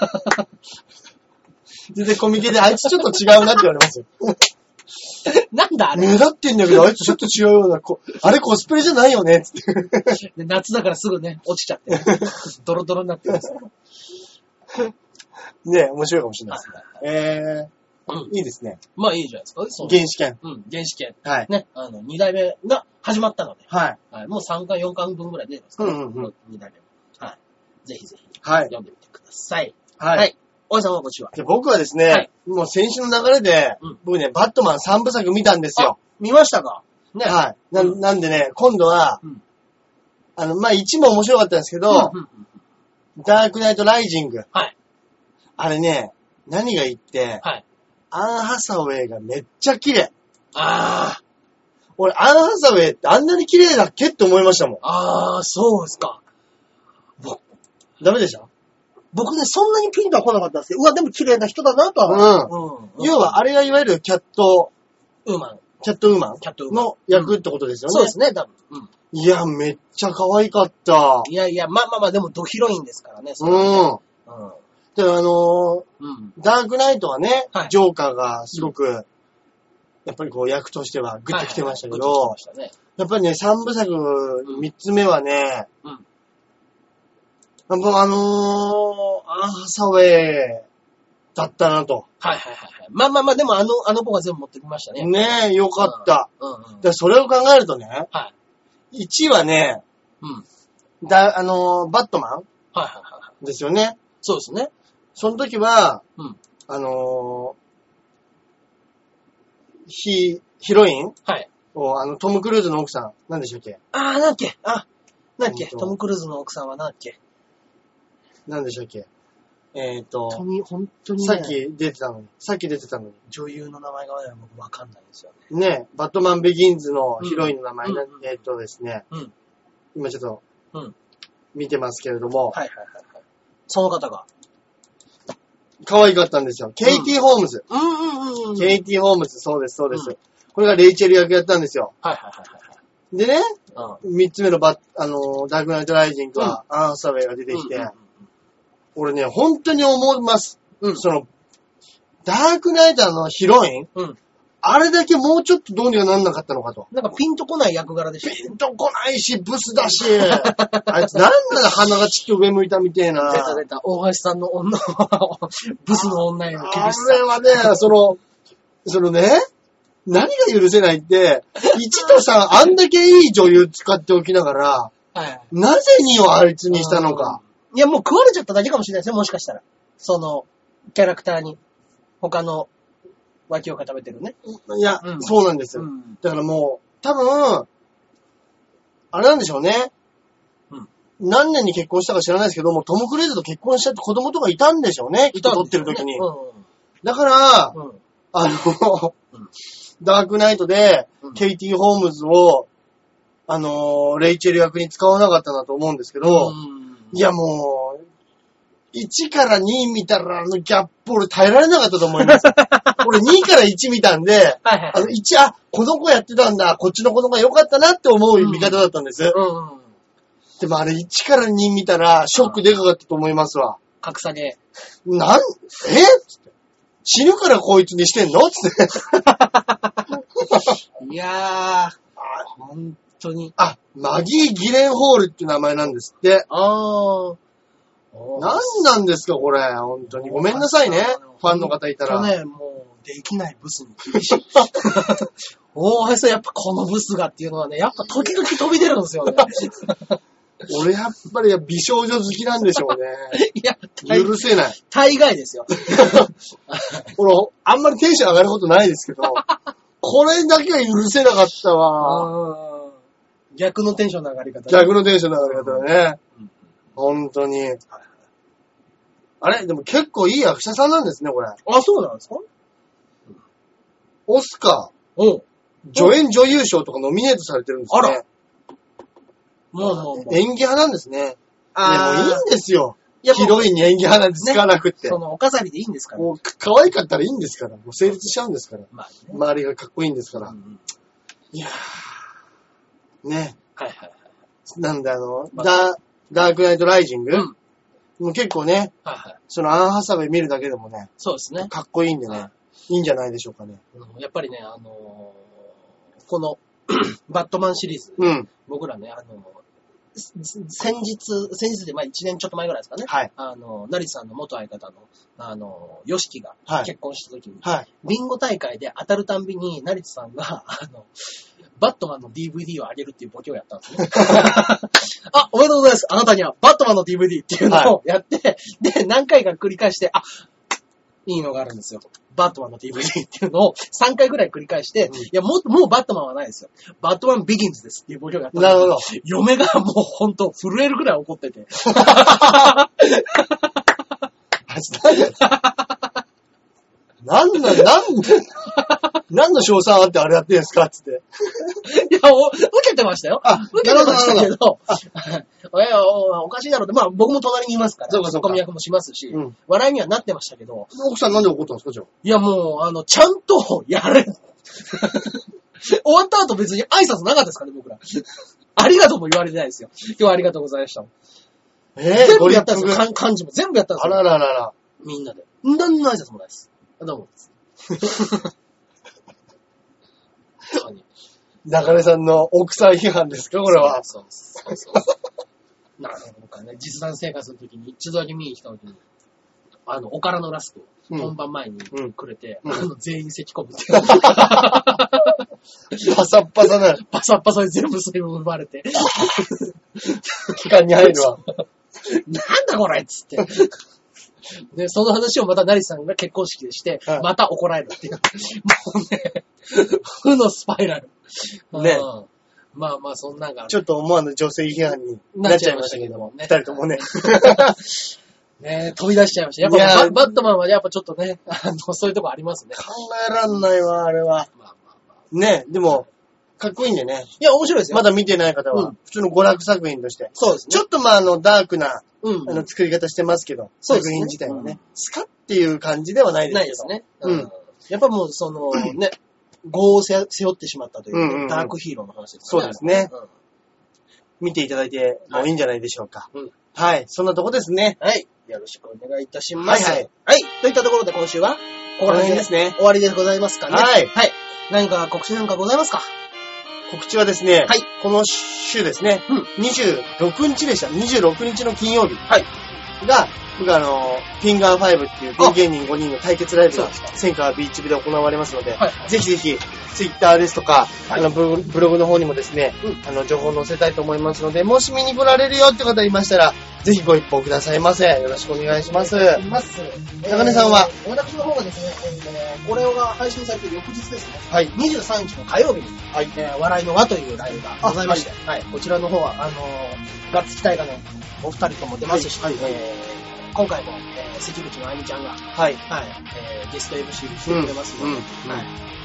全然コミケであいつちょっと違うなって言われますよ。 なんだあれ。 目立ってんだけど、あいつちょっと違うような、あれコスプレじゃないよねつってで。夏だからすぐね、落ちちゃって、ドロドロになってます。 ね、面白いかもしれないですね。いいですね。 まあいいじゃないですか。 原始圏。 原始圏。 はい。 ね、2代目が始まったので。 はい。 もう3巻、4巻分ぐらい出てますから、2代目。はい。ぜひ。読んでみてください。はい。大井さんはこっちは。 僕はですね、もう先週の流れで、僕ね、バットマン3部作見たんですよ。 見ましたかね。はい。なんでね、今度は、まあ1も面白かったんですけど、ダークナイトライジング。はい。あれね、何がいいって、はい。アン・ハサウェイがめっちゃ綺麗。俺、アン・ハサウェイってあんなに綺麗だっけって思いましたもん。 そうですか。 ダメでした？ 僕ね、そんなにピンとは来なかったんですけど、でも綺麗な人だなとは。 要は、あれがいわゆるキャットウーマンの役ってことですよね。 そうですね、多分。 いや、めっちゃ可愛かった。 いや、まあ、でもドヒロインですからね、 で、ダークナイトはね、ジョーカーがすごく、やっぱりこう役としてはグッと来てましたけど、やっぱりね、3部作、3つ目はね、アン・ハサウェイだったなと。 まあ、でもあの子が全部持ってきましたね。 ねえ、よかった。でそれを考えるとね、1はね、バットマンですよね。 そうですね。 その時は、ヒロインを、トム・クルーズの奥さん、何でしたっけ？ なんだっけトム・クルーズの奥さんは何だっけ？ 何でしたっけ？ 本当にね。 さっき出てたのに。 女優の名前が僕わかんないんですよね。ね、バットマンビギンズのヒロインの名前なんで、ですね。今ちょっと、見てますけれども。 はい。その方が。 可愛かったんですよ。ケイティ・ホームズ。ケイティ・ホームズ、そうです。これがレイチェル役やったんですよ。でね、3つ目のダークナイトライジングは、アン・ハサウェイが出てきて、俺ね、本当に思います。ダークナイトのヒロイン、あれだけもうちょっとどうにはなんなかったのかと。 なんかピンとこない役柄でしょ。 ピンとこないし、ブスだし。あいつなんだ鼻がちっと上向いたみてえな。 出た。大橋さんの女、ブスの女への厳しさ。 あれはね、ね、何が許せないって、1と3、あんだけいい女優使っておきながら、なぜ2をあいつにしたのか。 いや、もう食われちゃっただけかもしれないですよ、もしかしたら。その、キャラクターに、他の脇を固めてるね。 いや、そうなんですよ。だからもう、多分、あれなんでしょうね。何年に結婚したか知らないですけども、トム・クルーズと結婚しちゃって子供とかいたんでしょうね。きっと撮ってる時に。だから、ダークナイトで、ケイティ・ホームズを、レイチェル役に使わなかったなと思うんですけど、いやもう、1から2見たらギャップ俺耐えられなかったと思います。俺2から1見たんで、この子やってたんだ、こっちの子の方が良かったなって思う見方だったんです。でもあれ1から2見たらショックでかかったと思いますわ。 格差で。 つって死ぬからこいつにしてんのつって。 いやー、本当に。 マギー・ギレンホールっていう名前なんですって。何なんですかこれ、本当に。ごめんなさいね、ファンの方いたら。 もう、できないブスに厳しい。大橋さん、やっぱこのブスがっていうのはね、やっぱ時々飛び出るんですよね。 俺やっぱり美少女好きなんでしょうね。 いや、 許せない。 大概ですよ。 俺、あんまりテンション上がることないですけど、これだけは許せなかったわ。 逆のテンションの上がり方。 逆のテンションの上がり方だね。本当に。あれでも結構いい役者さんなんですね、これ。 そうなんですか？ オスカー、助演女優賞とかノミネートされてるんですね。 もう。 演技派なんですね。でもいいんですよ。ヒロインに演技派なんて使わなくって。 そのお飾りでいいんですから。 もう可愛かったらいいんですから。もう成立しちゃうんですから。周りがかっこいいんですから。いやー。ね。なんでダークナイトライジング、もう結構ね、そのアン・ハサウェイ見るだけでもね、 そうですね。 かっこいいんでね、いいんじゃないでしょうかね。 やっぱりね、このバットマンシリーズ、僕らね、先日で1年ちょっと前ぐらいですかね。成田さんの元相方の、ヨシキが結婚した時に、ビンゴ大会で当たるたんびに成田さんが、バットマンの DVD をあげるっていうボケをやったんですね。おめでとうございます。あなたにはバットマンの DVD っていうのをやって、で、何回か繰り返して、いいのがあるんですよ。バットマンの DVD っていうのを3回ぐらい繰り返して、いや、もうバットマンはないですよ。バットマンビギンズですっていうボケをやったんです。なるほど。嫁がもうほんと震えるぐらい怒ってて。 何の賞賛あってあれやってんすかつって。いや、受けてましたよ。受けてましたけど、おかしいだろうって、僕も隣にいますから、ツッコミ役もしますし、笑いにはなってましたけど。 奥さんなんで怒ったんですかじゃあ。 いや、もう、ちゃんとやれ。終わった後別に挨拶なかったですかね、僕ら。ありがとうも言われてないですよ。今日はありがとうございました。全部やったんですよ。漢字も全部やったんですよ。 あらららら。 みんなで。何の挨拶もないです。どうも。 中根さんの奥さん批判ですかこれは。そう。 なるほどかね。実弾生活の時に一度だけ見に来た時に、おからのラスクを本番前にくれて、全員咳込むって。 パサッパサな。 パサッパサで全部水分奪われて。 気管に入るわ。 なんだこれっつって。で、その話をまた成さんが結婚式でして、また怒られるっていう。もうね、負のスパイラル。ね。まあ、そんなんが。 ちょっと思わぬ女性批判になっちゃいましたけども。二人ともね。 ね、飛び出しちゃいました。やっぱバットマンはやっぱちょっとね、そういうとこありますね。 考えらんないわ、あれは。ね、でも、かっこいいんでね。 いや、面白いですよ。 まだ見てない方は、普通の娯楽作品として。 そうですね。 ちょっとダークな、作り方してますけど、作品自体はね。スカっていう感じではないですけど。ないですね。やっぱもう、ね、業を背負ってしまったという、ダークヒーローの話ですね。 そうですね。見ていただいてもいいんじゃないでしょうか。はい。そんなとこですね。 はい。よろしくお願いいたします。はい。といったところで今週は、ここら辺ですね。終わりでございますかね。はい。はい。何か告知なんかございますか？ 告知はですね、はい。この週ですね、26日でした。26日の金曜日。はい。が、僕フィンガー5っていうピン芸人5人の対決ライブが、千川ビーチ部で行われますので、ぜひぜひ、ツイッターですとか、ブログの方にもですね、情報を載せたいと思いますので、もし見に来られるよって方いましたら、ぜひご一報くださいませ。よろしくお願いします。高根さんは私の方がですね、これが配信されて翌日ですね。はい。23日の火曜日に、はい。笑いの輪というライブがございまして、はい。こちらの方は、ガッツキ大河のお二人とも出ますし、はい。今回も、関口のあゆみちゃんが、はい。はい。ゲスト MC にしてくれますので、はい。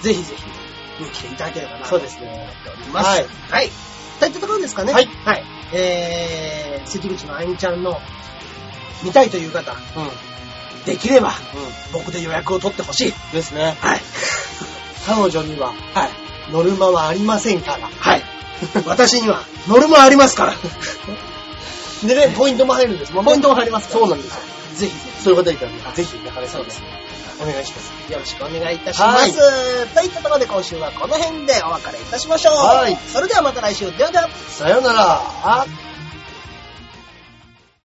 ぜひぜひ、見に来ていただければなと。そうですね。思っております。はい。はい。といったところですかね。はい。はい。関口のあゆみちゃんの見たいという方、できれば、僕で予約を取ってほしい。ですね。はい。彼女には、はい。ノルマはありませんから。はい。私にはノルマありますから。でね、ポイントも入るんですもんね。ポイントも入りますから。そうなんですよ。ぜひぜひ。そういう方いたら、ぜひ、中根さんですね。お願いします。よろしくお願いいたします。といったところで今週はこの辺でお別れいたしましょう。はい。それではまた来週。ではでは。さようなら。